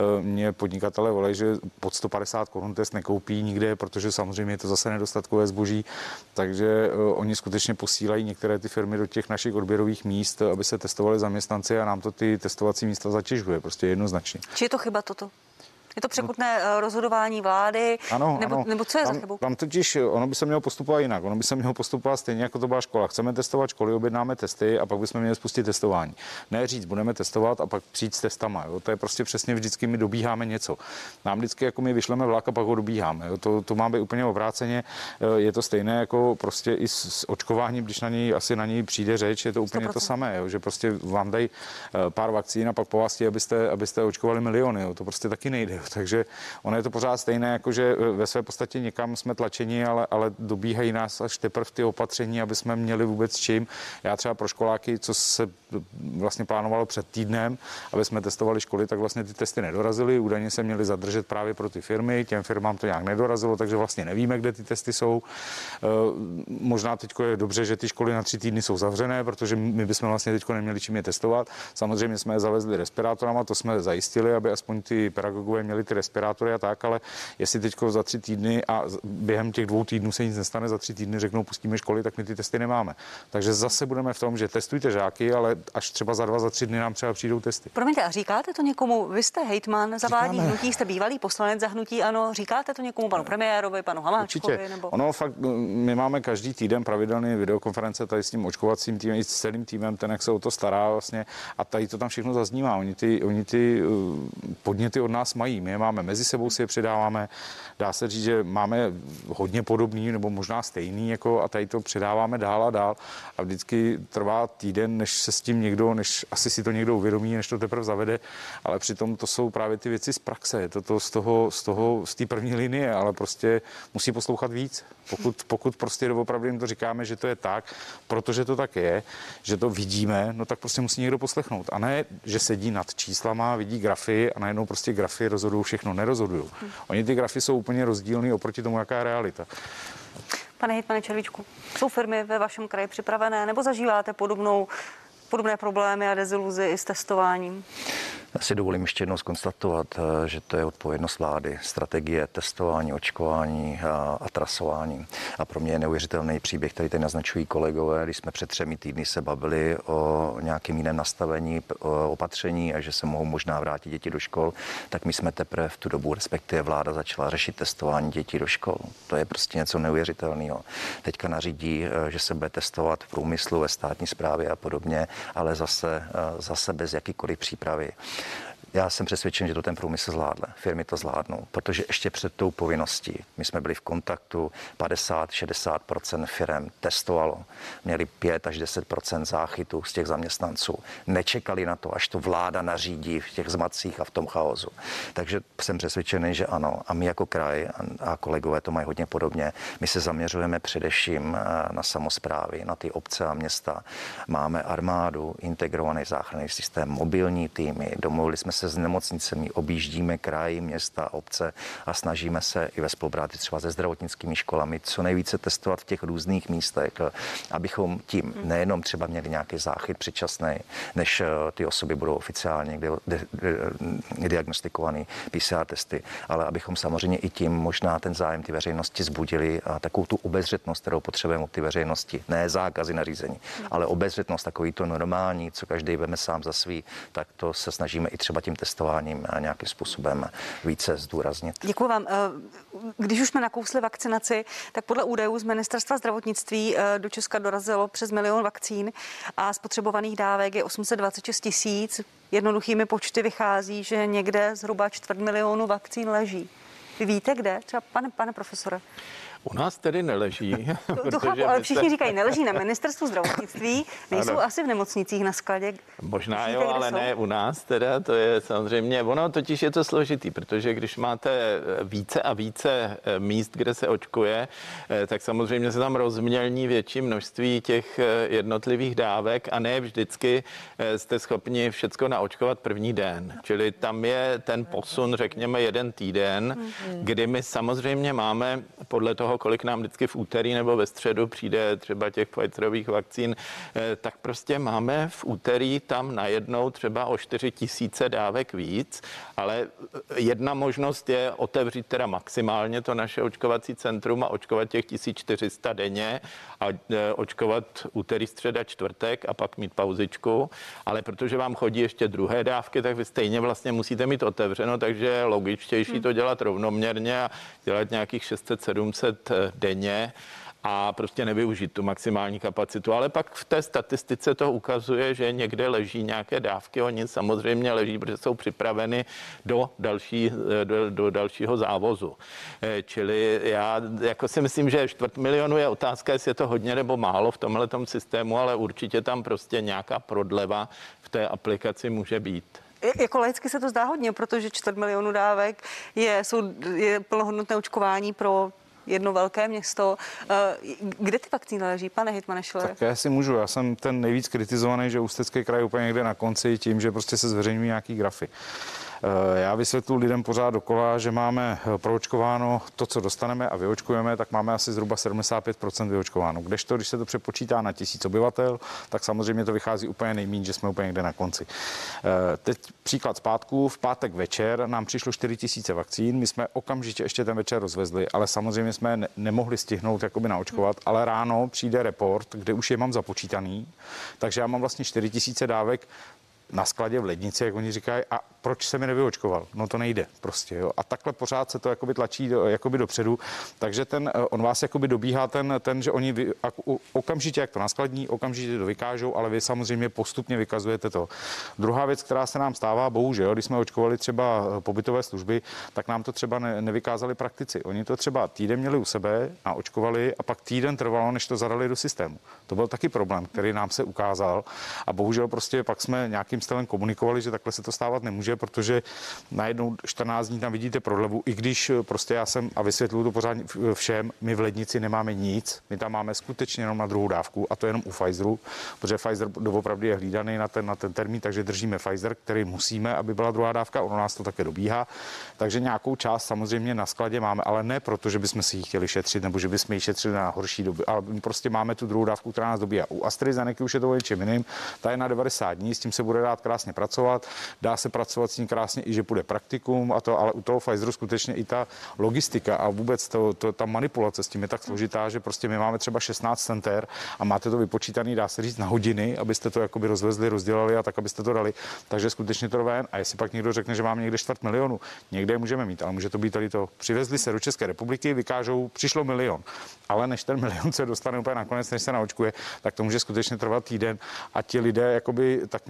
Mě podnikatelé volají, že pod 150 Kč test nekoupí nikde, protože samozřejmě je to zase nedostatkové zboží, takže oni skutečně posílají některé ty firmy do těch našich odběrových míst, aby se testovali zaměstnanci a nám to ty testovací místa zatěžuje, prostě jednoznačně. Či je to chyba toto? Je to překotné rozhodování vlády? Ano, nebo co je za chybu? Tam totiž ono by se mělo postupovat jinak. Ono by se mělo postupovat stejně, jako to byla škola. Chceme testovat školy, objednáme testy a pak bychom měli spustit testování. Ne říct, budeme testovat a pak přijít s testama. Jo? To je prostě přesně vždycky, my dobíháme něco. Nám vždycky jako my vyšleme vlak a pak ho dobíháme. Jo? To má být úplně obráceně. Je to stejné jako prostě i s očkováním, když na něj přijde řeč, je to úplně 100%. To samé, jo? Že prostě vám dají pár vakcín a pak po vás chtějí, abyste očkovali miliony. Jo? To prostě taky nejde. Jo? Takže ono je to pořád stejné, jako že ve své podstatě někam jsme tlačeni, ale dobíhají nás až teprve ty opatření, aby jsme měli vůbec čím. Já třeba pro školáky, co se vlastně plánovalo před týdnem, aby jsme testovali školy, tak vlastně ty testy nedorazily. Údajně se měly zadržet právě pro ty firmy, těm firmám to nějak nedorazilo, takže vlastně nevíme, kde ty testy jsou. Možná teď je dobře, že ty školy na 3 týdny jsou zavřené, protože my bychom vlastně teď neměli čím je testovat. Samozřejmě jsme je zavezli respirátorama, to jsme zajistili, aby aspoň ty pedagogové měli ty respirátory a tak, ale jestli teď za 3 týdny a během těch 2 týdnů se nic nestane, za 3 týdny řeknou pustíme školy, tak my ty testy nemáme. Takže zase budeme v tom, že testujte žáky, ale až třeba za 2, za 3 dny nám třeba přijdou testy. Promiňte, a říkáte to někomu? Vy jste hejtman za vládní hnutí, jste bývalý poslanec za hnutí ANO. Říkáte to někomu, panu premiérovi, panu Hamáčkovi? Určitě. Nebo... Ono fakt, my máme každý týden pravidelné videokonference tady s tím očkovacím týmem, i s celým týmem, ten, jak se o to stará vlastně, a tady to tam všechno zaznívá. Oni ty podněty od nás mají. My je máme mezi sebou, si je předáváme. Dá se říct, že máme hodně podobný nebo možná stejný, jako, a tady to předáváme dál a dál. A vždycky trvá týden, než se s tím někdo, než asi si to někdo uvědomí, než to teprve zavede. Ale přitom to jsou právě ty věci z praxe. Je to z té první linie, ale prostě musí poslouchat víc. Pokud prostě doopravdy jim to říkáme, že to je tak, protože to tak je, že to vidíme, no tak prostě musí někdo poslechnout. A ne, že sedí nad číslama, vidí grafy a najednou prostě grafy rozhodují všechno, nerozhodují. Oni ty grafy jsou úplně rozdílný oproti tomu, jaká je realita. Pane hejtmane Červíčku, jsou firmy ve vašem kraji připravené nebo zažíváte podobné problémy a deziluzi i s testováním? Já si dovolím ještě jednou zkonstatovat, že to je odpovědnost vlády, strategie testování, očkování a trasování. A pro mě je neuvěřitelný příběh, který tady naznačují kolegové, když jsme před 3 týdny se bavili o nějakém jiném nastavení opatření a že se mohou možná vrátit děti do škol, tak my jsme teprve v tu dobu, respektive vláda začala řešit testování dětí do škol. To je prostě něco neuvěřitelného. Teďka nařídí, že se bude testovat v průmyslu, ve státní správě a podobně, ale zase bez jakýkoliv přípravy. Já jsem přesvědčen, že to ten průmysl zvládne, firmy to zvládnou, protože ještě před tou povinností, my jsme byli v kontaktu, 50-60% firm testovalo, měli 5 až 10% záchytu z těch zaměstnanců. Nečekali na to, až to vláda nařídí v těch zmatcích a v tom chaosu. Takže jsem přesvědčený, že ano. A my jako kraj a kolegové to mají hodně podobně. My se zaměřujeme především na samosprávy, na ty obce a města. Máme armádu, integrovaný záchranný systém, mobilní týmy, domluvili jsme se s nemocnicemi, objíždíme kraj, města, obce a snažíme se i ve spolupráci třeba se zdravotnickými školami co nejvíce testovat v těch různých místech, abychom tím nejenom třeba měli nějaký záchyt předčasný, než ty osoby budou oficiálně diagnostikovaný PCR testy, ale abychom samozřejmě i tím možná ten zájem ty veřejnosti zbudili a takovou tu obezřetnost, kterou potřebujeme od ty veřejnosti, ne zákazy nařízení, ale obezřetnost, takový to normální, co každý veme sám za svý, tak to se snažíme i třeba tím testováním nějakým způsobem více zdůraznit. Děkuji vám. Když už jsme nakousli vakcinaci, tak podle údajů z Ministerstva zdravotnictví do Česka dorazilo přes 1 milion vakcín a spotřebovaných dávek je 826 000. Jednoduchými počty vychází, že někde zhruba 250 000 vakcín leží. Vy víte kde? Třeba pane profesore? U nás tedy neleží. To chápu, ale všichni říkají, neleží na Ministerstvu zdravotnictví, nejsou ano. asi v nemocnicích na skladě. Možná Víte, jo, ale jsou? ne u nás teda, to je samozřejmě, ono totiž je to složitý, protože když máte více a více míst, kde se očkuje, tak samozřejmě se tam rozmělní větší množství těch jednotlivých dávek a ne vždycky jste schopni všecko naočkovat první den. Čili tam je ten posun, řekněme, 1 týden, kdy my samozřejmě máme podle toho, kolik nám vždycky v úterý nebo ve středu přijde třeba těch Pfizerových vakcín, tak prostě máme v úterý tam najednou třeba o 4 000 dávek víc, ale jedna možnost je otevřít teda maximálně to naše očkovací centrum a očkovat těch 1400 denně a očkovat úterý, středa, čtvrtek a pak mít pauzičku, ale protože vám chodí ještě druhé dávky, tak vy stejně vlastně musíte mít otevřeno, takže je logičtější to dělat rovnoměrně a dělat nějakých 600-700 denně a prostě nevyužít tu maximální kapacitu. Ale pak v té statistice to ukazuje, že někde leží nějaké dávky, oni samozřejmě leží, protože jsou připraveny do dalšího závozu. Čili já jako si myslím, že 250 000 je otázka, jestli je to hodně nebo málo v tomhletom systému, ale určitě tam prostě nějaká prodleva v té aplikaci může být. Jako laicky se to zdá hodně, protože 4 milionů dávek je plnohodnotné očkování pro jedno velké město. Kde ty vakcíny leží, pane hejtmane Schillere? Tak já si můžu, já jsem ten nejvíc kritizovaný, že Ústecký kraj je úplně někde na konci tím, že prostě se zveřejňují nějaký grafy. Já vysvětluji lidem pořád dokola, že máme proočkováno to, co dostaneme a vyočkujeme, tak máme asi zhruba 75% vyočkováno. Kdežto, když se to přepočítá na 1000 obyvatel, tak samozřejmě to vychází úplně nejméně, že jsme úplně někde na konci. Teď příklad zpátku, v pátek večer nám přišlo 4 000 vakcín, my jsme okamžitě ještě ten večer rozvezli, ale samozřejmě jsme nemohli stihnout jakoby naočkovat, ale ráno přijde report, kde už je mám započítaný, takže já mám vlastně 4 000 dávek na skladě v lednici, jak oni říkají, a proč se mi nevyočkoval? No to nejde prostě, jo. A takhle pořád se to jakoby tlačí jakoby dopředu, takže on vás jakoby dobíhá ten, že oni okamžitě, jak to naskladní, okamžitě to vykážou, ale vy samozřejmě postupně vykazujete to. Druhá věc, která se nám stává, bohužel, když jsme očkovali třeba pobytové služby, tak nám to třeba nevykázali praktici. Oni to třeba týden měli u sebe, naočkovali a pak týden trvalo, než to zadali do systému. To byl taky problém, který nám se ukázal a bohužel prostě pak jsme nějakým stylem komunikovali, že takhle se to stávat nemůže, protože najednou 14 dní tam vidíte prodlevu, i když prostě já jsem, a vysvětluju to pořád všem, my v lednici nemáme nic, my tam máme skutečně jenom na druhou dávku a to jenom u Pfizeru, protože Pfizer doopravdy je hlídaný na ten termín, takže držíme Pfizer, který musíme, aby byla druhá dávka, ono nás to také dobíhá, takže nějakou část samozřejmě na skladě máme, ale ne proto, že bychom si ji chtěli šetřit nebo že bychom ji šetřili na horší doby, ale prostě máme tu druhou dávku, která nás dobíhá. U AstraZeneca už je to o něčem jiným, ta je na 90 dní, s tím se bude dát krásně pracovat, dá se pracovat s ní krásně i, že bude praktikum a to, ale u toho Pfizeru skutečně i ta logistika a vůbec ta manipulace s tím je tak složitá, že prostě my máme třeba 16 center a máte to vypočítaný, dá se říct, na hodiny, abyste to jakoby rozvezli, rozdělali a tak, abyste to dali. Takže skutečně to ven. A jestli pak někdo řekne, že máme někde 250 000, někde je můžeme mít, ale může to být tady to. Přivezli se do České republiky, vykážou, přišlo 1 milion. Ale než ten milion se dostane úplně nakonec, než se naočkuje, tak to může skutečně trvat týden a ti lidé jakoby tak nějak jako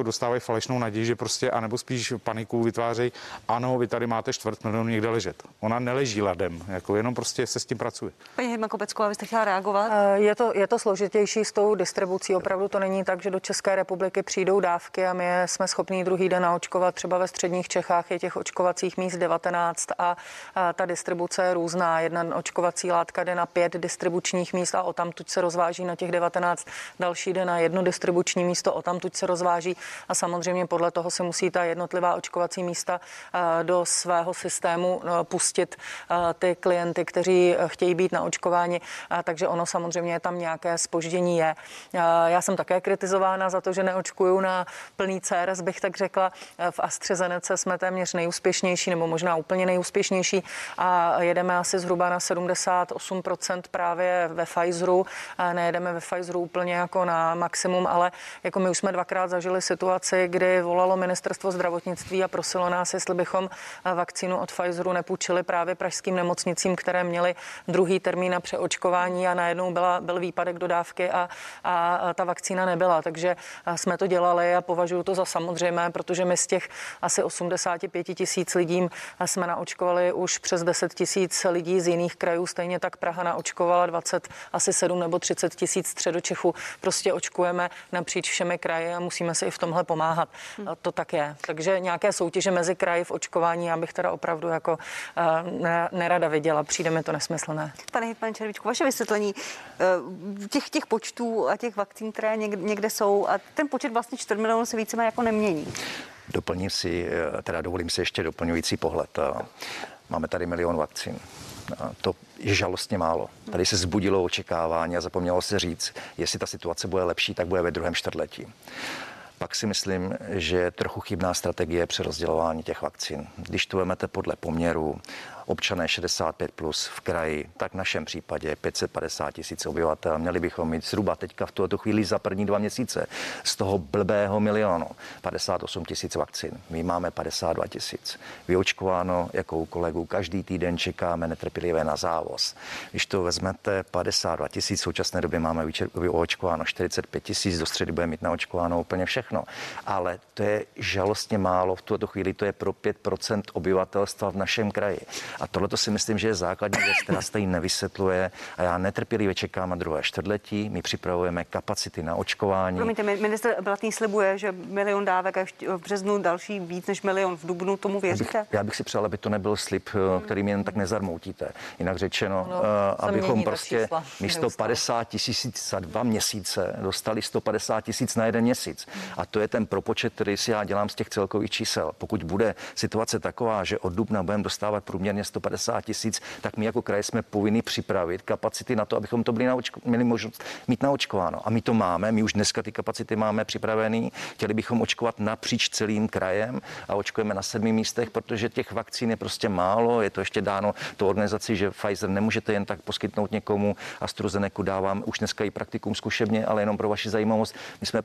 dostávají falešnou naději, že prostě, anebo spíš paniku vytvářejí, ano, vy tady máte 250 000 někde ležet. Ona neleží ladem, jako jenom prostě se s tím pracuje. Paní hejtmanko Pecková, vy jste chtěla reagovat? Je to složitější s tou distribucí. Opravdu to není tak, že do České republiky přijdou dávky a my jsme schopní druhý den naočkovat. Třeba ve středních Čechách je těch očkovacích míst 19 a ta distribuce je různá. Jedna očkovací látka jde na 5 distribučních míst a odtamtud se rozváží na těch 19. Další jde na 1 distribuční místo, odtamtud se rozváží a samozřejmě podle toho se musí ta jednotlivá očkovací místa do svého systému pustit ty klienty, kteří chtějí být na očkování, takže ono samozřejmě tam nějaké zpoždění je. Já jsem také kritizována za to, že neočkuju na plný CRS, bych tak řekla. V AstraZeneca jsme téměř nejúspěšnější, nebo možná úplně nejúspěšnější a jedeme asi zhruba na 78% právě ve Pfizeru. Nejedeme ve Pfizeru úplně jako na maximum, ale jako my už jsme dvakrát zažili situaci, kdy volalo ministerstvo zdravotnictví a prosilo nás, jestli bychom vakcínu od Pfizeru nepůjčili právě pražským nemocnicím, které měly druhý termín na přeočkování a najednou byl výpadek dodávky a ta vakcína nebyla. Takže jsme to dělali a považuji to za samozřejmé, protože my z těch asi 85 000 lidí jsme naočkovali už přes 10 000 lidí z jiných krajů. Stejně tak Praha naočkovala 27 nebo 30 000 Středočechů. Prostě očkujeme napříč všemi kraji a musíme si i v tomhle pomáhat. To tak je. Takže nějaké soutěže mezi kraji v očkování já bych teda opravdu jako nerada viděla. Přijde mi to nesmyslné. Pane hejtmane Červíčku, vaše vysvětlení těch počtů a těch vakcín, které někde jsou a ten počet vlastně 4 milionů se víceméně jako nemění. Dovolím si ještě doplňující pohled. Máme tady 1 000 000 vakcín. To je žalostně málo. Tady se zbudilo očekávání a zapomnělo se říct, jestli ta situace bude lepší, tak bude ve 2. čtvrtletí. Pak si myslím, že je trochu chybná strategie přerozdělování těch vakcín. Když to vezmete podle poměru občané 65 plus v kraji, tak v našem případě 550 000 obyvatel. Měli bychom mít zhruba teďka v tuto chvíli za první 2 měsíce z toho blbého milionu 58 000 vakcín. My máme 52 000. Vyočkováno, jako u kolegů, každý týden čekáme netrpělivě na závoz. Když to vezmete 52 000, v současné době máme vyočkováno 45 000, do středy bude mít naočkováno úplně všechno. Ale to je žalostně málo, v tuto chvíli to je pro 5% obyvatelstva v našem kraji. A tohle to si myslím, že je základní věc, která se tady nevysvětluje a já netrpělivě čekám na 2. čtvrtletí. My připravujeme kapacity na očkování. Promiňte, ministr Blatný slibuje, že 1 000 000 dávek a v březnu další víc než 1 000 000 v dubnu, tomu věříte? Já bych si přál, aby to nebyl slib, který mi jen tak nezarmoutíte. Jinak řečeno, abychom prostě místo 50 000 za 2 měsíce dostali 150 000 na 1 měsíc. A to je ten propočet, který si já dělám z těch celkových čísel. Pokud bude situace taková, že od dubna budeme dostávat průměrně 150 000, tak my jako kraj jsme povinni připravit kapacity na to, abychom to měli možnost mít naočkováno. A my to máme, my už dneska ty kapacity máme připravený. Chtěli bychom očkovat napříč celým krajem a očkujeme na 7 místech, protože těch vakcín je prostě málo. Je to ještě dáno tou organizaci, že Pfizer nemůžete jen tak poskytnout někomu. AstraZeneca dávám už dneska i praktikum zkušebně, ale jenom pro vaši zajímavost. My jsme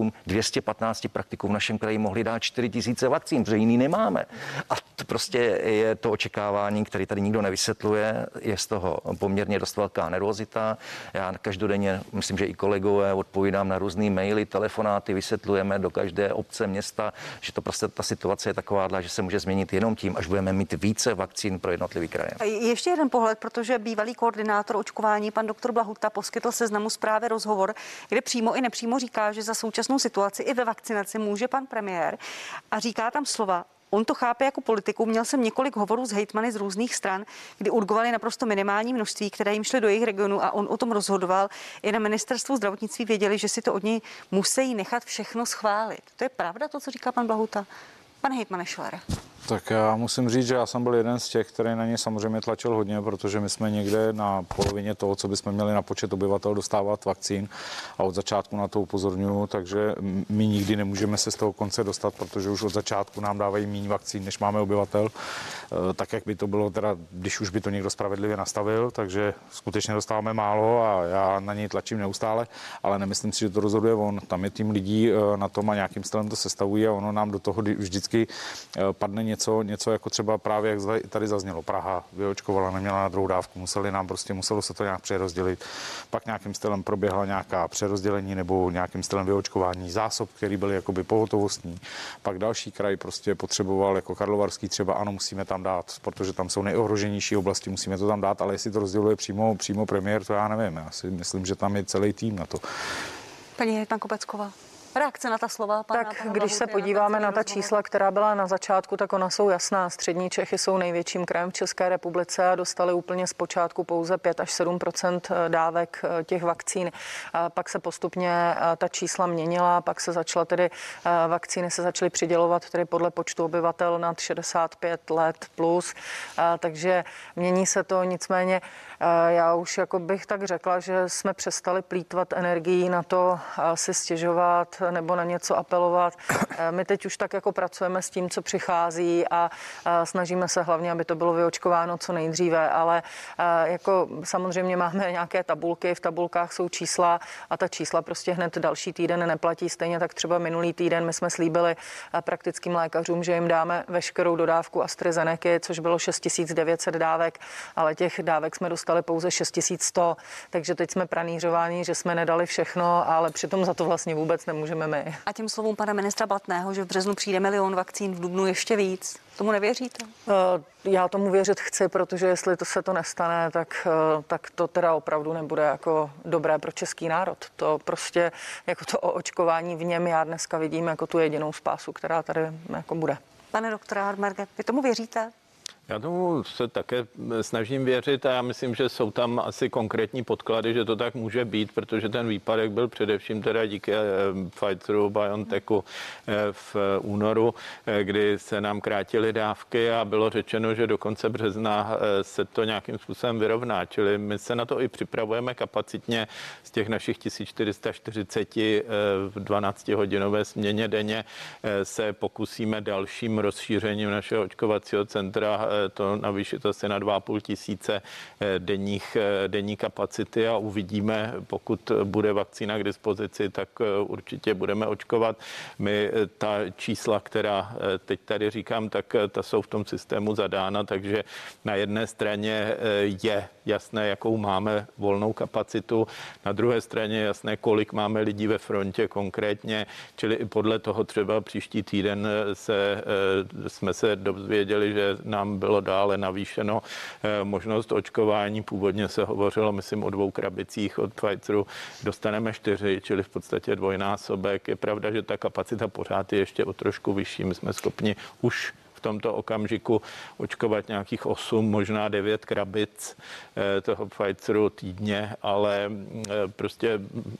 215 praktikům v našem kraji mohli dát 4 000 vakcín, protože jiný nemáme. A to prostě je to očekávání, který tady nikdo nevysvětluje. Je z toho poměrně dost velká nervozita. Já každodenně, myslím, že i kolegové odpovídám na různé maily, telefonáty, vysvětlujeme do každé obce, města, že to prostě ta situace je taková, že se může změnit jenom tím, až budeme mít více vakcín pro jednotlivý kraje. Ještě jeden pohled, protože bývalý koordinátor očkování pan doktor Blahuta poskytl Seznamu Zprávy rozhovor, kde přímo i nepřímo říká, že za současnou situaci i ve vakcinaci může pan premiér a říká tam slova. On to chápe jako politiku. Měl jsem několik hovorů s hejtmany z různých stran, kdy urgovali naprosto minimální množství, které jim šly do jejich regionu a on o tom rozhodoval. I na ministerstvu zdravotnictví věděli, že si to od něj musí nechat všechno schválit. To je pravda, to, co říká pan Blahuta? Pane hejtmane Schillere. Tak já musím říct, že já jsem byl jeden z těch, který na ně samozřejmě tlačil hodně, protože my jsme někde na polovině toho, co bychom měli na počet obyvatel dostávat vakcín a od začátku na to upozorňuju, takže my nikdy nemůžeme se z toho konce dostat, protože už od začátku nám dávají méně vakcín, než máme obyvatel, tak jak by to bylo teda, když už by to někdo spravedlivě nastavil, takže skutečně dostáváme málo a já na něj tlačím neustále, ale nemyslím si, že to rozhoduje on. Tam je tým lidí na tom a nějakým stylem to sestavují a ono nám do toho vždycky padne něco jako třeba právě, jak tady zaznělo, Praha vyočkovala, neměla na druhou dávku, muselo se to nějak přerozdělit, pak nějakým stylem proběhla nějaká přerozdělení nebo nějakým stylem vyočkování zásob, které byly jakoby pohotovostní. Pak další kraj prostě potřeboval, jako Karlovarský třeba, ano, musíme tam dát, protože tam jsou nejohroženější oblasti, musíme to tam dát, ale jestli to rozděluje přímo premiér, to já nevím. Já si myslím, že tam je celý tým na to. Paní hejtmanko Pecková, reakce na ta slova pana Když se podíváme na ta čísla, která byla na začátku, tak ona jsou jasná. Střední Čechy jsou největším krajem v České republice a dostali úplně zpočátku pouze 5 až 7% dávek těch vakcín. Pak se postupně ta čísla měnila, pak se začala tedy vakcíny se začaly přidělovat tedy podle počtu obyvatel nad 65 let plus, takže mění se to, nicméně já už jako bych tak řekla, že jsme přestali plýtvat energií na to si stěžovat nebo na něco apelovat. My teď už tak jako pracujeme s tím, co přichází a snažíme se hlavně, aby to bylo vyočkováno co nejdříve, ale jako samozřejmě máme nějaké tabulky, v tabulkách jsou čísla a ta čísla prostě hned další týden neplatí. Stejně tak třeba minulý týden my jsme slíbili praktickým lékařům, že jim dáme veškerou dodávku AstraZeneca, což bylo 6900 dávek, ale těch dávek jsme dostali pouze 6100, takže teď jsme pranířováni, že jsme nedali všechno, ale přitom za to vlastně vůbec nemůžeme my. A těm slovům pana ministra Blatného, že v březnu přijde 1 000 000 vakcín, v dubnu ještě víc, tomu nevěříte? Já tomu věřit chci, protože jestli se to nestane, tak to teda opravdu nebude jako dobré pro český národ. To prostě jako to očkování v něm já dneska vidím jako tu jedinou spásu, která tady jako bude. Pane doktore Hartberge, vy tomu věříte? Já tomu se také snažím věřit a já myslím, že jsou tam asi konkrétní podklady, že to tak může být, protože ten výpadek byl především teda díky Pfizeru, BioNTechu v únoru, kdy se nám krátily dávky a bylo řečeno, že do konce března se to nějakým způsobem vyrovná. Čili my se na to i připravujeme kapacitně z těch našich 1440 v 12-hodinové směně denně se pokusíme dalším rozšířením našeho očkovacího centra to navýšit asi na 2,5 tisíce denní kapacity a uvidíme, pokud bude vakcína k dispozici, tak určitě budeme očkovat. My ta čísla, která teď tady říkám, tak ta jsou v tom systému zadána, takže na jedné straně je jasné, jakou máme volnou kapacitu, na druhé straně je jasné, kolik máme lidí ve frontě konkrétně, čili i podle toho třeba příští týden jsme se dozvěděli, že nám bylo dále navýšeno možnost očkování. Původně se hovořilo, myslím, o 2 krabicích od Pfizeru. Dostaneme 4, čili v podstatě dvojnásobek. Je pravda, že ta kapacita pořád je ještě o trošku vyšší. My jsme schopni už v tomto okamžiku očkovat nějakých 8, možná 9 krabic toho Pfizeru týdně, ale prostě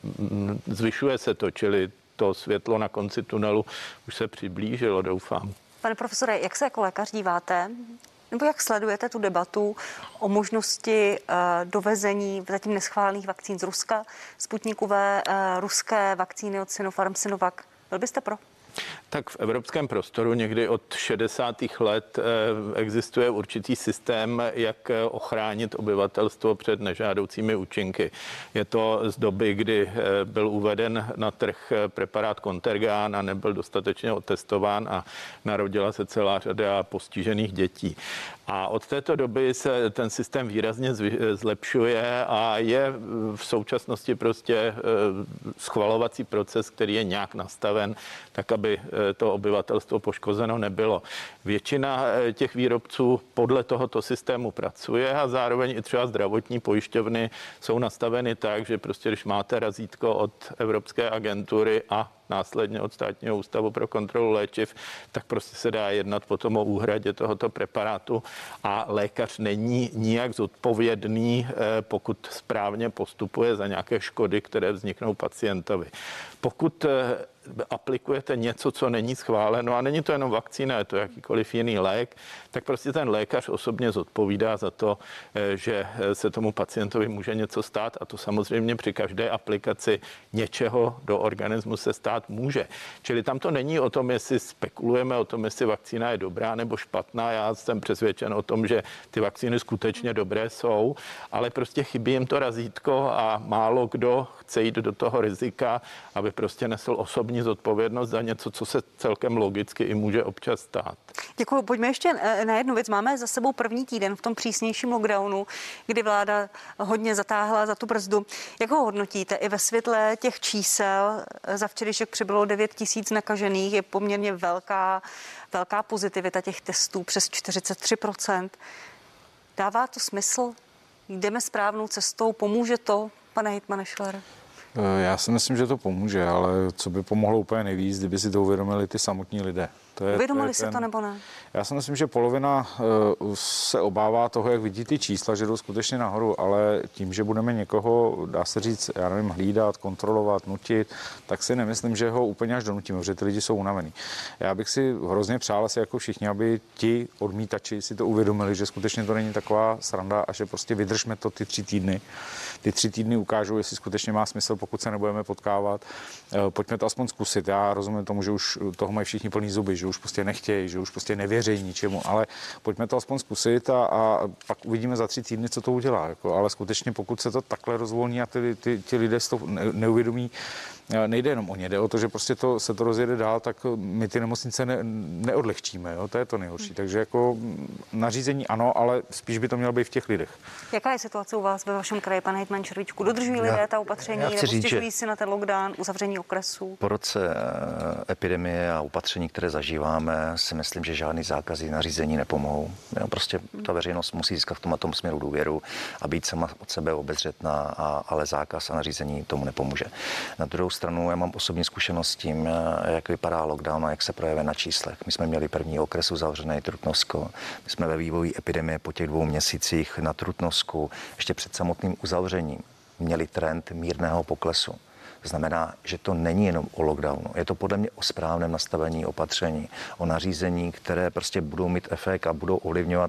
zvyšuje se to, čili to světlo na konci tunelu už se přiblížilo, doufám. Pane profesore, jak se jako lékař díváte, nebo jak sledujete tu debatu o možnosti dovezení zatím neschválených vakcín z Ruska, Sputnikové, ruské vakcíny od Sinopharm, Sinovac? Byl byste pro? Tak v evropském prostoru někdy od 60. let existuje určitý systém, jak ochránit obyvatelstvo před nežádoucími účinky. Je to z doby, kdy byl uveden na trh preparát Contergan a nebyl dostatečně otestován a narodila se celá řada postižených dětí. A od této doby se ten systém výrazně zlepšuje a je v současnosti prostě schvalovací proces, který je nějak nastaven, tak aby to obyvatelstvo poškozeno nebylo. Většina těch výrobců podle tohoto systému pracuje a zároveň i třeba zdravotní pojišťovny jsou nastaveny tak, že prostě když máte razítko od Evropské agentury a následně od Státního ústavu pro kontrolu léčiv, tak prostě se dá jednat potom o úhradě tohoto preparátu a lékař není nijak zodpovědný, pokud správně postupuje za nějaké škody, které vzniknou pacientovi. Pokud aplikujete něco, co není schváleno, a není to jenom vakcína, je to jakýkoliv jiný lék, tak prostě ten lékař osobně zodpovídá za to, že se tomu pacientovi může něco stát a to samozřejmě při každé aplikaci něčeho do organismu se stát může. Čili tam to není o tom, jestli spekulujeme o tom, jestli vakcína je dobrá nebo špatná. Já jsem přesvědčen o tom, že ty vakcíny skutečně dobré jsou, ale prostě chybí jim to razítko a málo kdo chce jít do toho rizika, aby prostě nesl osobní zodpovědnost za něco, co se celkem logicky i může občas stát. Děkuji. Pojďme ještě na jednu věc. Máme za sebou první týden v tom přísnějším lockdownu, kdy vláda hodně zatáhla za tu brzdu. Jak ho hodnotíte i ve světle těch čísel? Za včerejšek přibylo 9 000 nakažených, je poměrně velká pozitivita těch testů, přes 43%. Dává to smysl? Jdeme správnou cestou? Pomůže to, pane hejtmane Šilere? Já si myslím, že to pomůže, ale co by pomohlo úplně nejvíc, kdyby si to uvědomili ty samotní lidé. Uvědomili si to nebo ne? Já si myslím, že polovina se obává toho, jak vidí ty čísla, že jdou skutečně nahoru, ale tím, že budeme někoho, dá se říct, já nevím, hlídat, kontrolovat, nutit, tak si nemyslím, že ho úplně až donutíme, protože ty lidi jsou unavení. Já bych si hrozně přál asi jako všichni, aby ti odmítači si to uvědomili, že skutečně to není taková sranda a že prostě vydržme to ty 3 týdny. Ty 3 týdny ukážou, jestli skutečně má smysl, pokud se nebudeme potkávat. Pojďme to aspoň zkusit. Já rozumím tomu, že už toho mají všichni plný zuby, že už prostě nechtějí, že už prostě nevěří ničemu, ale pojďme to aspoň zkusit a pak uvidíme za 3 týdny, co to udělá. Jako, ale skutečně, pokud se to takhle rozvolní a ti lidé si to neuvědomí, nejde jenom o ně, jde o to, že prostě se to rozjede dál, tak my ty nemocnice neodlehčíme, jo? To je to nejhorší. Takže jako nařízení ano, ale spíš by to mělo být v těch lidech. Jaká je situace u vás ve vašem kraji, pane hejtman Červíčku? Dodržují lidé ta opatření, nebo stěžují si na ten lockdown, uzavření okresů? Po roce epidemie a opatření, které zažíváme, si myslím, že žádný zákazy nařízení nepomohou. Prostě ta veřejnost musí získat v tom směru důvěru a být sama od sebe obezřetná, ale zákaz a nařízení tomu nepomůže. Na druhou stranu já mám osobní zkušenost s tím, jak vypadá lockdown a jak se projevuje na číslech. My jsme měli první okres uzavřený Trutnovsko. My jsme ve vývoji epidemie po těch 2 měsících na Trutnovsku ještě před samotným uzavřením měli trend mírného poklesu. To znamená, že to není jenom o lockdownu. Je to podle mě o správném nastavení opatření, o nařízení, které prostě budou mít efekt a budou ovlivňovat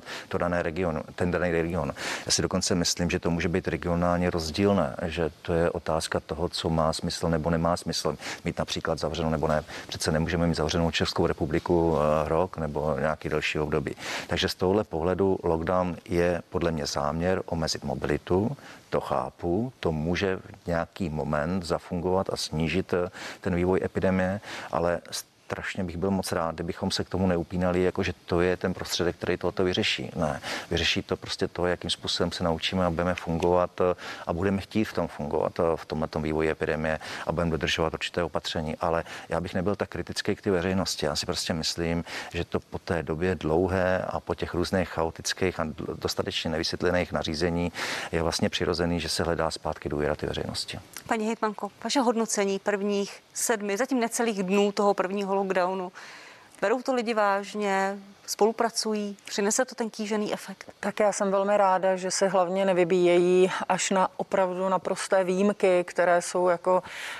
ten daný region. Já si dokonce myslím, že to může být regionálně rozdílné, že to je otázka toho, co má smysl nebo nemá smysl. Mít například zavřenou nebo ne. Přece nemůžeme mít zavřenou Českou republiku rok nebo nějaký delší období. Takže z tohohle pohledu lockdown je podle mě záměr omezit mobilitu. To chápu, to může v nějaký moment zafungovat a snížit ten vývoj epidemie, ale strašně bych byl moc rád, kdybychom se k tomu neupínali, jako že to je ten prostředek, který tohoto vyřeší. Ne, vyřeší to prostě to, jakým způsobem se naučíme a budeme fungovat a budeme chtít v tom fungovat, v tomhletom vývoji epidemie a budeme dodržovat určité opatření. Ale já bych nebyl tak kritický k té veřejnosti. Já si prostě myslím, že to po té době dlouhé a po těch různých chaotických a dostatečně nevysvětlených nařízení je vlastně přirozený, že se hledá zpátky důvěra té veřejnosti. Paní hejtmanko, vaše hodnocení prvních 7, zatím necelých dnů toho prvního lockdownu. Berou to lidi vážně, spolupracují, přinese to ten kýžený efekt? Tak já jsem velmi ráda, že se hlavně nevybíjejí až na opravdu naprosté výjimky, které jsou jako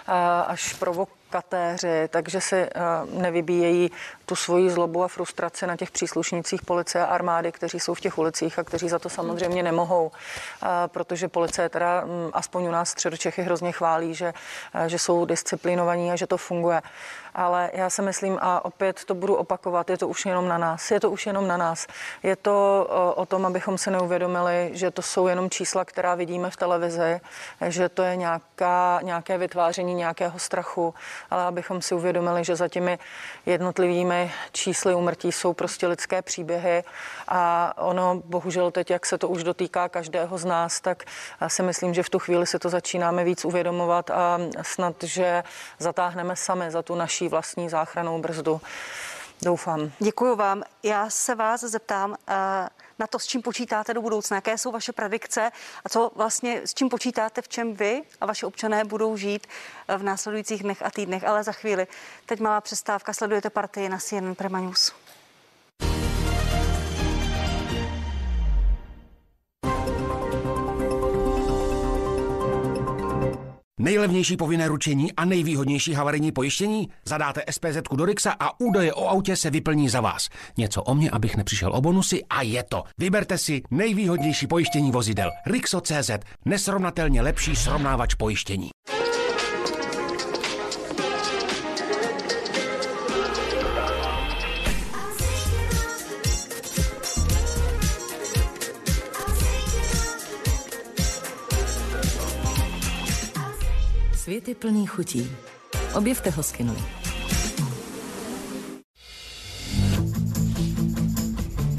až provokatéři, takže si nevybíjejí tu svoji zlobu a frustraci na těch příslušnících policie a armády, kteří jsou v těch ulicích a kteří za to samozřejmě nemohou, protože policie teda aspoň u nás Středočechy hrozně chválí, že jsou disciplinovaní a že to funguje. Ale já si myslím, a opět to budu opakovat, je to už jenom na nás. Je to už jenom na nás. Je to o tom, abychom si neuvědomili, že to jsou jenom čísla, která vidíme v televizi, že to je nějaké vytváření nějakého strachu, ale abychom si uvědomili, že za těmi jednotlivými čísly úmrtí jsou prostě lidské příběhy a ono bohužel teď, jak se to už dotýká každého z nás, tak si myslím, že v tu chvíli si to začínáme víc uvědomovat a snad, že zatáhneme sami za tu naší vlastní záchrannou brzdu. Doufám. Děkuji vám. Já se vás zeptám na to, s čím počítáte do budoucna. Jaké jsou vaše predikce a co vlastně s čím počítáte, v čem vy a vaši občané budou žít v následujících dnech a týdnech. Ale za chvíli. Teď malá přestávka. Sledujete Partii na CNN Prima News. Nejlevnější povinné ručení a nejvýhodnější havarijní pojištění? Zadáte SPZ-ku do Rixa a údaje o autě se vyplní za vás. Něco o mě, abych nepřišel o bonusy a je to. Vyberte si nejvýhodnější pojištění vozidel. Rixo.cz. Nesrovnatelně lepší srovnávač pojištění. Svět je plný chutí. Objevte ho s Kinly.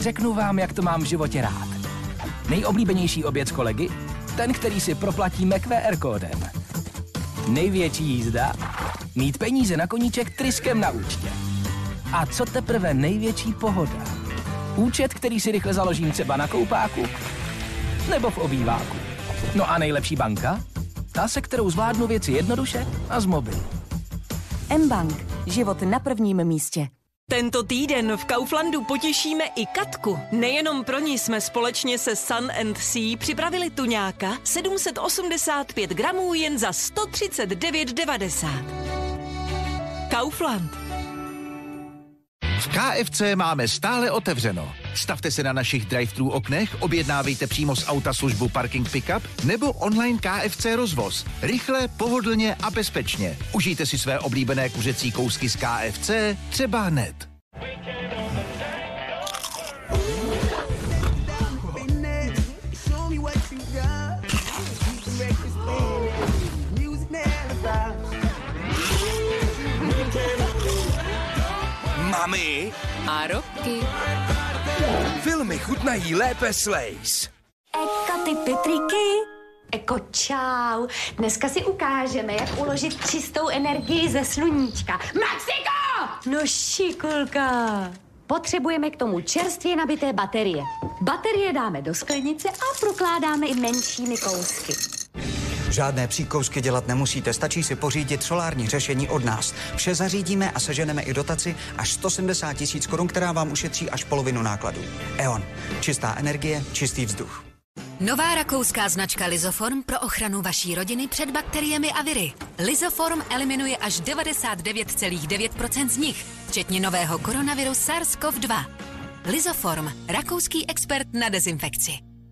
Řeknu vám, jak to mám v životě rád. Nejoblíbenější oběd s kolegy? Ten, který si proplatíme QR kódem. Největší jízda? Mít peníze na koníček tryskem na účtě. A co teprve největší pohoda? Účet, který si rychle založím třeba na koupáku nebo v obýváku. No a nejlepší banka? Ta, se kterou zvládnu věci jednoduše a z mobilu. mBank. Život na prvním místě. Tento týden v Kauflandu potěšíme i Katku. Nejenom pro ní jsme společně se Sun & Sea připravili tuňáka 785 gramů jen za 139,90. Kaufland. V KFC máme stále otevřeno. Stavte se na našich drive-thru oknech, objednávejte přímo z auta službu Parking Pickup nebo online KFC rozvoz. Rychle, pohodlně a bezpečně. Užijte si své oblíbené kuřecí kousky z KFC třeba hned. Mami A roky. filmy chutnají lépe s Lays. Eko ty Petriky. Eko čau. Dneska si ukážeme, jak uložit čistou energii ze sluníčka. Maxiko! No šikulka. Potřebujeme k tomu čerstvě nabité baterie. Baterie dáme do sklenice a prokládáme i menšími kousky. Žádné příkousky dělat nemusíte, stačí si pořídit solární řešení od nás. Vše zařídíme a seženeme i dotaci až 170 000 korun, která vám ušetří až polovinu nákladů. E.ON. Čistá energie, čistý vzduch. Nová rakouská značka Lizoform pro ochranu vaší rodiny před bakteriemi a viry. Lizoform eliminuje až 99,9% z nich, včetně nového koronaviru SARS-CoV-2. Lizoform, rakouský expert na dezinfekci.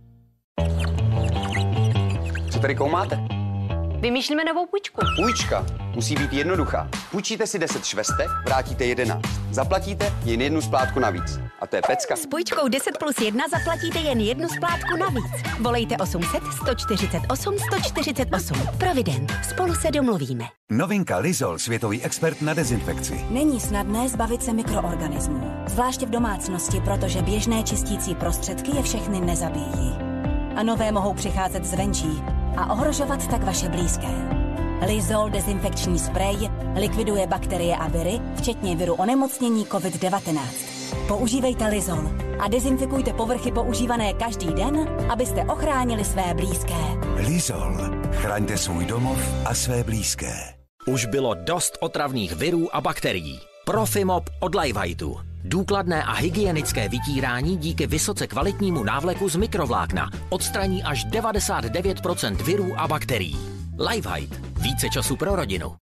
Co tady koumáte? Vymýšlíme novou půjčku. Půjčka musí být jednoduchá. Půjčíte si 10 švestek, vrátíte 11. Zaplatíte jen jednu splátku navíc. A to je pecka. S půjčkou 10+1 zaplatíte jen jednu splátku navíc. Volejte 800 148 148. Provident. Spolu se domluvíme. Novinka Lizol, světový expert na dezinfekci. Není snadné zbavit se mikroorganismů. Zvláště v domácnosti, protože běžné čistící prostředky je všechny nezabíjí. A nové mohou přicházet zvenčí a ohrožovat tak vaše blízké. Lizol dezinfekční sprej likviduje bakterie a viry, včetně viru onemocnění COVID-19. Používejte Lizol a dezinfikujte povrchy používané každý den, abyste ochránili své blízké. Lizol. Chraňte svůj domov a své blízké. Už bylo dost otravných virů a bakterií. Profimop od Lifehightu. Důkladné a hygienické vytírání díky vysoce kvalitnímu návleku z mikrovlákna odstraní až 99% virů a bakterií. Lifehight. Více času pro rodinu.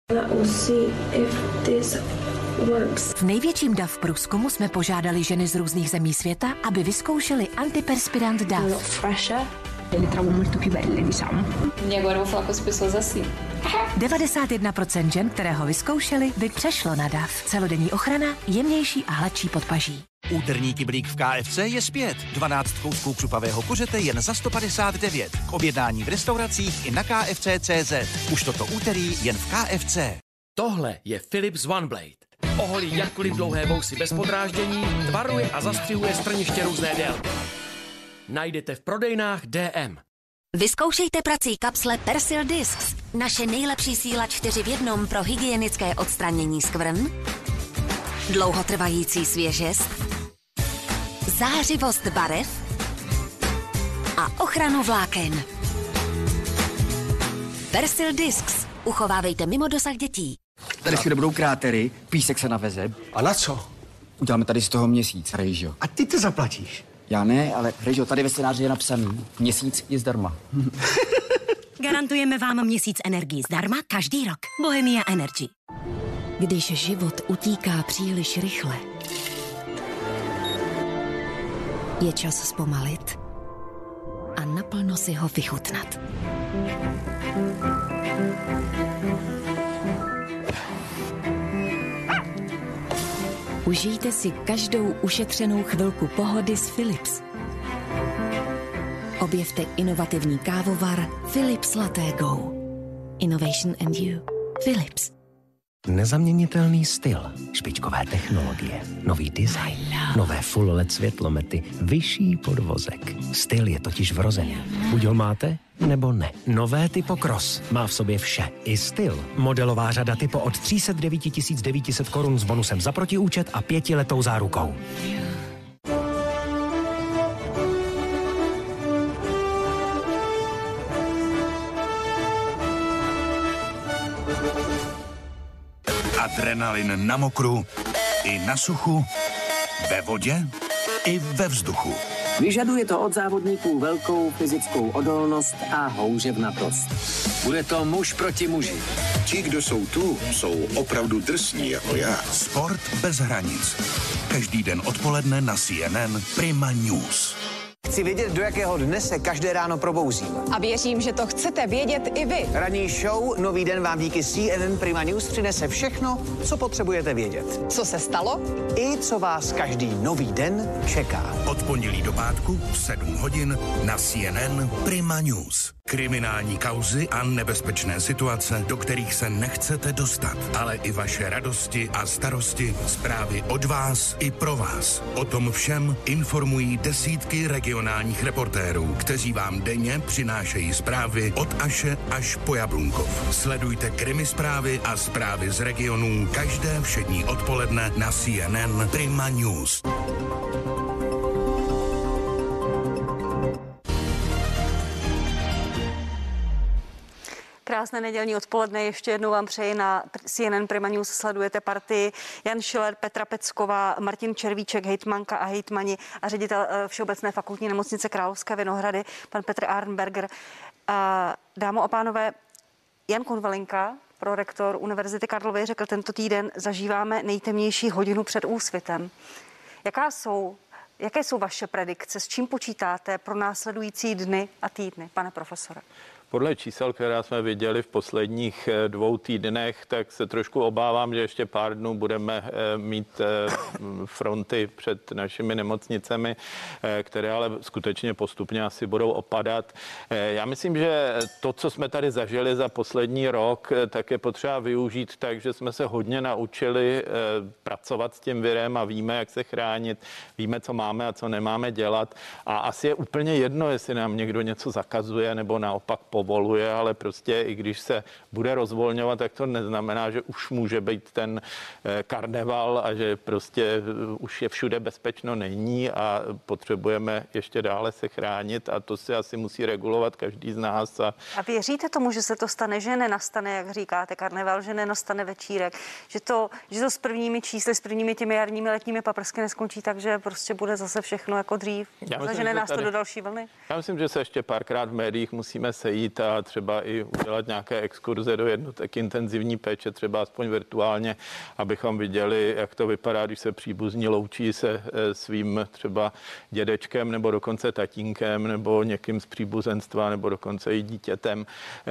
V největším DAF průzkumu jsme požádali ženy z různých zemí světa, aby vyzkoušeli antiperspirant DAF. 91% žen, které ho vyzkoušeli, by přešlo na DAF. Celodenní ochrana, jemnější a hladší podpaží. Úterní kyblík v KFC je zpět. 12 kousků křupavého kuřete jen za 159. K objednání v restauracích i na kfc.cz. Už toto úterý jen v KFC. Tohle je Philips OneBlade. Oholí jakkoliv dlouhé vousy bez podráždění, tvaruje a zastřihuje strniště různé délky. Najdete v prodejnách DM. Vyzkoušejte prací kapsle Persil Discs. Naše nejlepší síla 4 v 1 pro hygienické odstranění skvrn, dlouhotrvající svěžest, zářivost barev a ochranu vláken. Persil Discs. Uchovávejte mimo dosah dětí. Tady všude budou krátery, písek se naveze. A na co? Uděláme tady z toho měsíc, Rejžo. A ty to zaplatíš? Já ne, ale Rejžo, tady ve scénáři je napsaný. Měsíc je zdarma. Garantujeme vám měsíc energii zdarma každý rok. Bohemia Energy. Když život utíká příliš rychle, je čas zpomalit a naplno si ho vychutnat. Užijte si každou ušetřenou chvilku pohody s Philips. Objevte inovativní kávovar Philips Latte Go. Innovation and you. Philips. Nezaměnitelný styl, špičkové technologie, nový design, nové full LED světlomety, vyšší podvozek. Styl je totiž vrozený. Buď ho máte, nebo ne. Nové Typo Cross má v sobě vše. I styl. Modelová řada Typo od 309 900 korun s bonusem za protiúčet a 5letou zárukou. Adrenalin na mokru i na suchu, ve vodě i ve vzduchu. Vyžaduje to od závodníků velkou fyzickou odolnost a houževnatost. Bude to muž proti muži. Ti, kdo jsou tu, jsou opravdu drsní jako já. Sport bez hranic. Každý den odpoledne na CNN Prima News. Chci vědět, do jakého dne se každé ráno probouzím. A věřím, že to chcete vědět i vy. Ranní show Nový den vám díky CNN Prima News přinese všechno, co potřebujete vědět. Co se stalo? I co vás každý nový den čeká. Od pondělí do pátku v 7 hodin na CNN Prima News. Kriminální kauzy a nebezpečné situace, do kterých se nechcete dostat, ale i vaše radosti a starosti, zprávy od vás i pro vás. O tom všem informují desítky regionálních reportérů, kteří vám denně přinášejí zprávy od Aše až po Jablunkov. Sledujte krimi zprávy a zprávy z regionů každé všední odpoledne na CNN Prima News. Krásné nedělní odpoledne. Ještě jednou vám přeji na CNN Prima News. Sledujete partii Jan Schiller, Petra Pecková, Martin Červíček, hejtmanka a hejtmani a ředitel Všeobecné fakultní nemocnice Královské Vinohrady, pan Petr Arnberger. Dámo a pánové, Jan Konvalinka, prorektor Univerzity Karlovy, řekl, tento týden zažíváme nejtemnější hodinu před úsvitem. Jaké jsou vaše predikce? S čím počítáte pro následující dny a týdny, pane profesore? Podle čísel, která jsme viděli v posledních 2 týdnech, tak se trošku obávám, že ještě pár dnů budeme mít fronty před našimi nemocnicemi, které ale skutečně postupně asi budou opadat. Já myslím, že to, co jsme tady zažili za poslední rok, tak je potřeba využít tak, že jsme se hodně naučili pracovat s tím virem a víme, jak se chránit, víme, co máme a co nemáme dělat. A asi je úplně jedno, jestli nám někdo něco zakazuje nebo naopak povoluje, ale prostě i když se bude rozvolňovat, tak to neznamená, že už může být ten karneval a že prostě už je všude bezpečno není a potřebujeme ještě dále se chránit a to se asi musí regulovat každý z nás. A věříte tomu, že se to stane, že nenastane, jak říkáte, karneval, že nenastane večírek, že to s prvními čísly, s prvními těmi jarními letními paprsky neskončí tak, že prostě bude zase všechno jako dřív? Zažene nás to do další vlny? Já myslím, že se ještě párkrát v médiích musíme sejít a třeba i udělat nějaké exkurze do jednotek intenzivní péče, třeba aspoň virtuálně, abychom viděli, jak to vypadá, když se příbuzní loučí se svým třeba dědečkem nebo dokonce tatínkem nebo někým z příbuzenstva nebo dokonce i dítětem.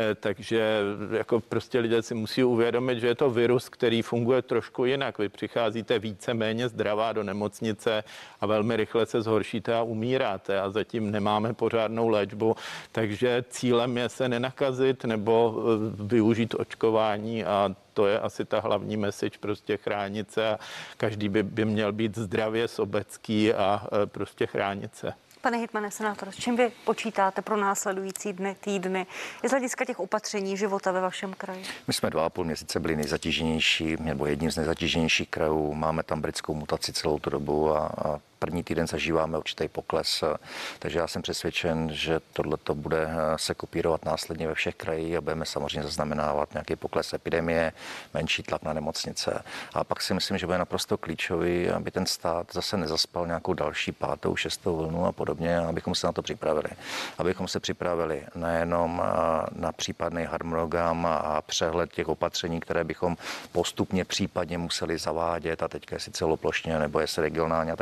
Takže jako prostě lidé si musí uvědomit, že je to virus, který funguje trošku jinak. Vy přicházíte víceméně zdravá do nemocnice a velmi rychle se zhoršíte a umíráte a zatím nemáme pořádnou léčbu, takže cílem je se nenakazit nebo využít očkování a to je asi ta hlavní message, prostě chránit se a každý by měl být zdravě sobecký a prostě chránit se. Pane hejtmane, senátor, s čím vy počítáte pro následující dny, týdny? Je z hlediska těch opatření života ve vašem kraji? My jsme 2,5 měsíce byli nejzatíženější, nebo jedním z nejzatíženějších krajů. Máme tam britskou mutaci celou tu dobu a první týden zažíváme určitý pokles, takže já jsem přesvědčen, že tohleto bude se kopírovat následně ve všech krajích a budeme samozřejmě zaznamenávat nějaký pokles epidemie, menší tlak na nemocnice. A pak si myslím, že bude naprosto klíčový, aby ten stát zase nezaspal nějakou další 5., 6. vlnu a podobně, abychom se na to připravili. Abychom se připravili nejenom na případný harmonogram a přehled těch opatření, které bychom postupně případně museli zavádět a teďka jestli celoplošně nebo jestli regionálně a tak dále,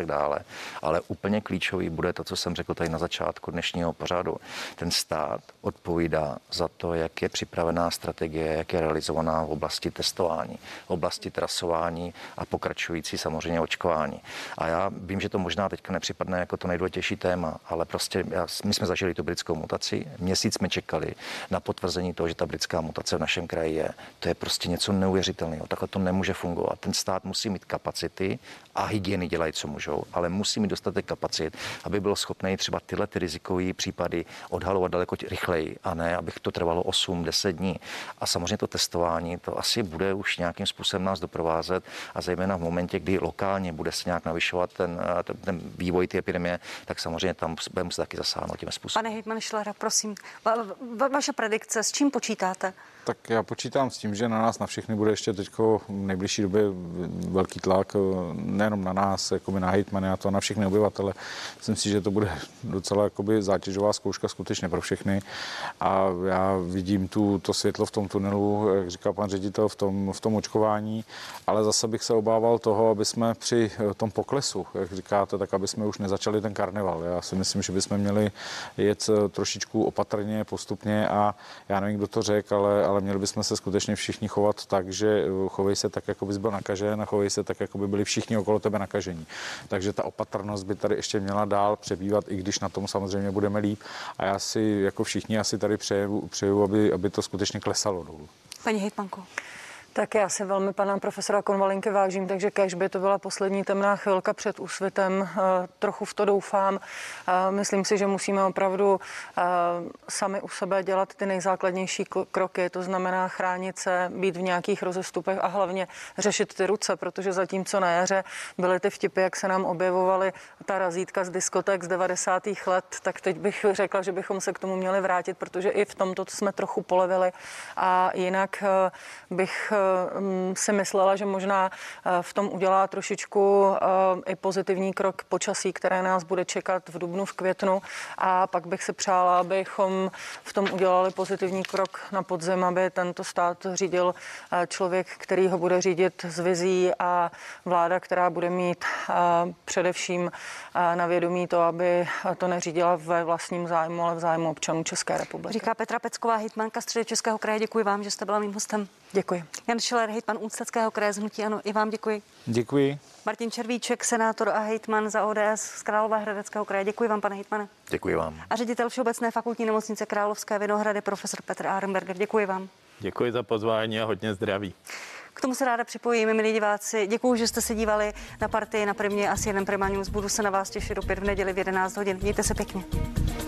Ale úplně klíčový bude to, co jsem řekl tady na začátku dnešního pořadu. Ten stát odpovídá za to, jak je připravená strategie, jak je realizovaná v oblasti testování, v oblasti trasování a pokračující samozřejmě očkování. A já vím, že to možná teďka nepřipadne jako to nejdůležitější téma, ale prostě my jsme zažili tu britskou mutaci, měsíc jsme čekali na potvrzení toho, že ta britská mutace v našem kraji je. To je prostě něco neuvěřitelného. Takhle to nemůže fungovat. Ten stát musí mít kapacity a hygieny dělají, co můžou, ale musí mít dostatek kapacit, aby byl schopný třeba tyhle ty rizikové případy odhalovat daleko rychleji a ne, abych to trvalo 8-10 dní. A samozřejmě to testování, to asi bude už nějakým způsobem nás doprovázet a zejména v momentě, kdy lokálně bude se nějak navyšovat ten vývoj té epidemie, tak samozřejmě tam budeme se taky zasáhnout tím způsobem. Pane hejtmane Schillere, prosím, vaše predikce, s čím počítáte? Tak já počítám s tím, že na nás na všechny bude ještě teďko v nejbližší době velký tlak, nejenom na nás, jakoby na hejtmany a to na všechny obyvatele. Myslím si, že to bude docela jakoby zátěžová zkouška skutečně pro všechny a já vidím to světlo v tom tunelu, jak říká pan ředitel, v tom očkování, ale zase bych se obával toho, aby jsme při tom poklesu, jak říkáte, tak aby jsme už nezačali ten karneval. Já si myslím, že bychom měli jet trošičku opatrně, postupně a já nevím, kdo to řekl, ale měli bychom se skutečně všichni chovat tak, že chovej se tak, jako bys byl nakažen a chovej se tak, jako by byli všichni okolo tebe nakažení. Takže ta opatrnost by tady ještě měla dál přebývat, i když na tom samozřejmě budeme líp. A já si jako všichni asi tady přeju, aby to skutečně klesalo dolů. Paní hejtmanko. Tak já si velmi pana profesora Konvalinky vážím, takže kéž by to byla poslední temná chvilka před úsvitem. Trochu v to doufám. Myslím si, že musíme opravdu sami u sebe dělat ty nejzákladnější kroky, to znamená chránit se, být v nějakých rozestupech a hlavně řešit ty ruce, protože zatímco na jaře byly ty vtipy, jak se nám objevovaly ta razítka z diskoték z 90. let, tak teď bych řekla, že bychom se k tomu měli vrátit, protože i v tomto jsme trochu polevili a jinak bych si myslela, že možná v tom udělá trošičku i pozitivní krok počasí, které nás bude čekat v dubnu, v květnu a pak bych si přála, abychom v tom udělali pozitivní krok na podzim, aby tento stát řídil člověk, který ho bude řídit s vizí a vláda, která bude mít především na vědomí to, aby to neřídila ve vlastním zájmu, ale v zájmu občanů České republiky. Říká Petra Pecková, hejtmanka Středočeského kraje. Děkuji vám, že jste byla mým hostem. Děkuji. Jan Schiller, hejtman Ústeckého kraje z hnutí ANO. I vám děkuji. Děkuji. Martin Červíček, senátor a hejtman za ODS z Královéhradeckého kraje. Děkuji vám, pane hejtmane. Děkuji vám. A ředitel Všeobecné fakultní nemocnice Královské Vinohrady, profesor Petr Arenberger. Děkuji vám. Děkuji za pozvání a hodně zdraví. K tomu se ráda připojíme, milí diváci. Děkuji, že jste se dívali na Partii na Primě a CNN Prima News. Budu se na vás těšit opět v neděli v 11 hodin. Mějte se pěkně.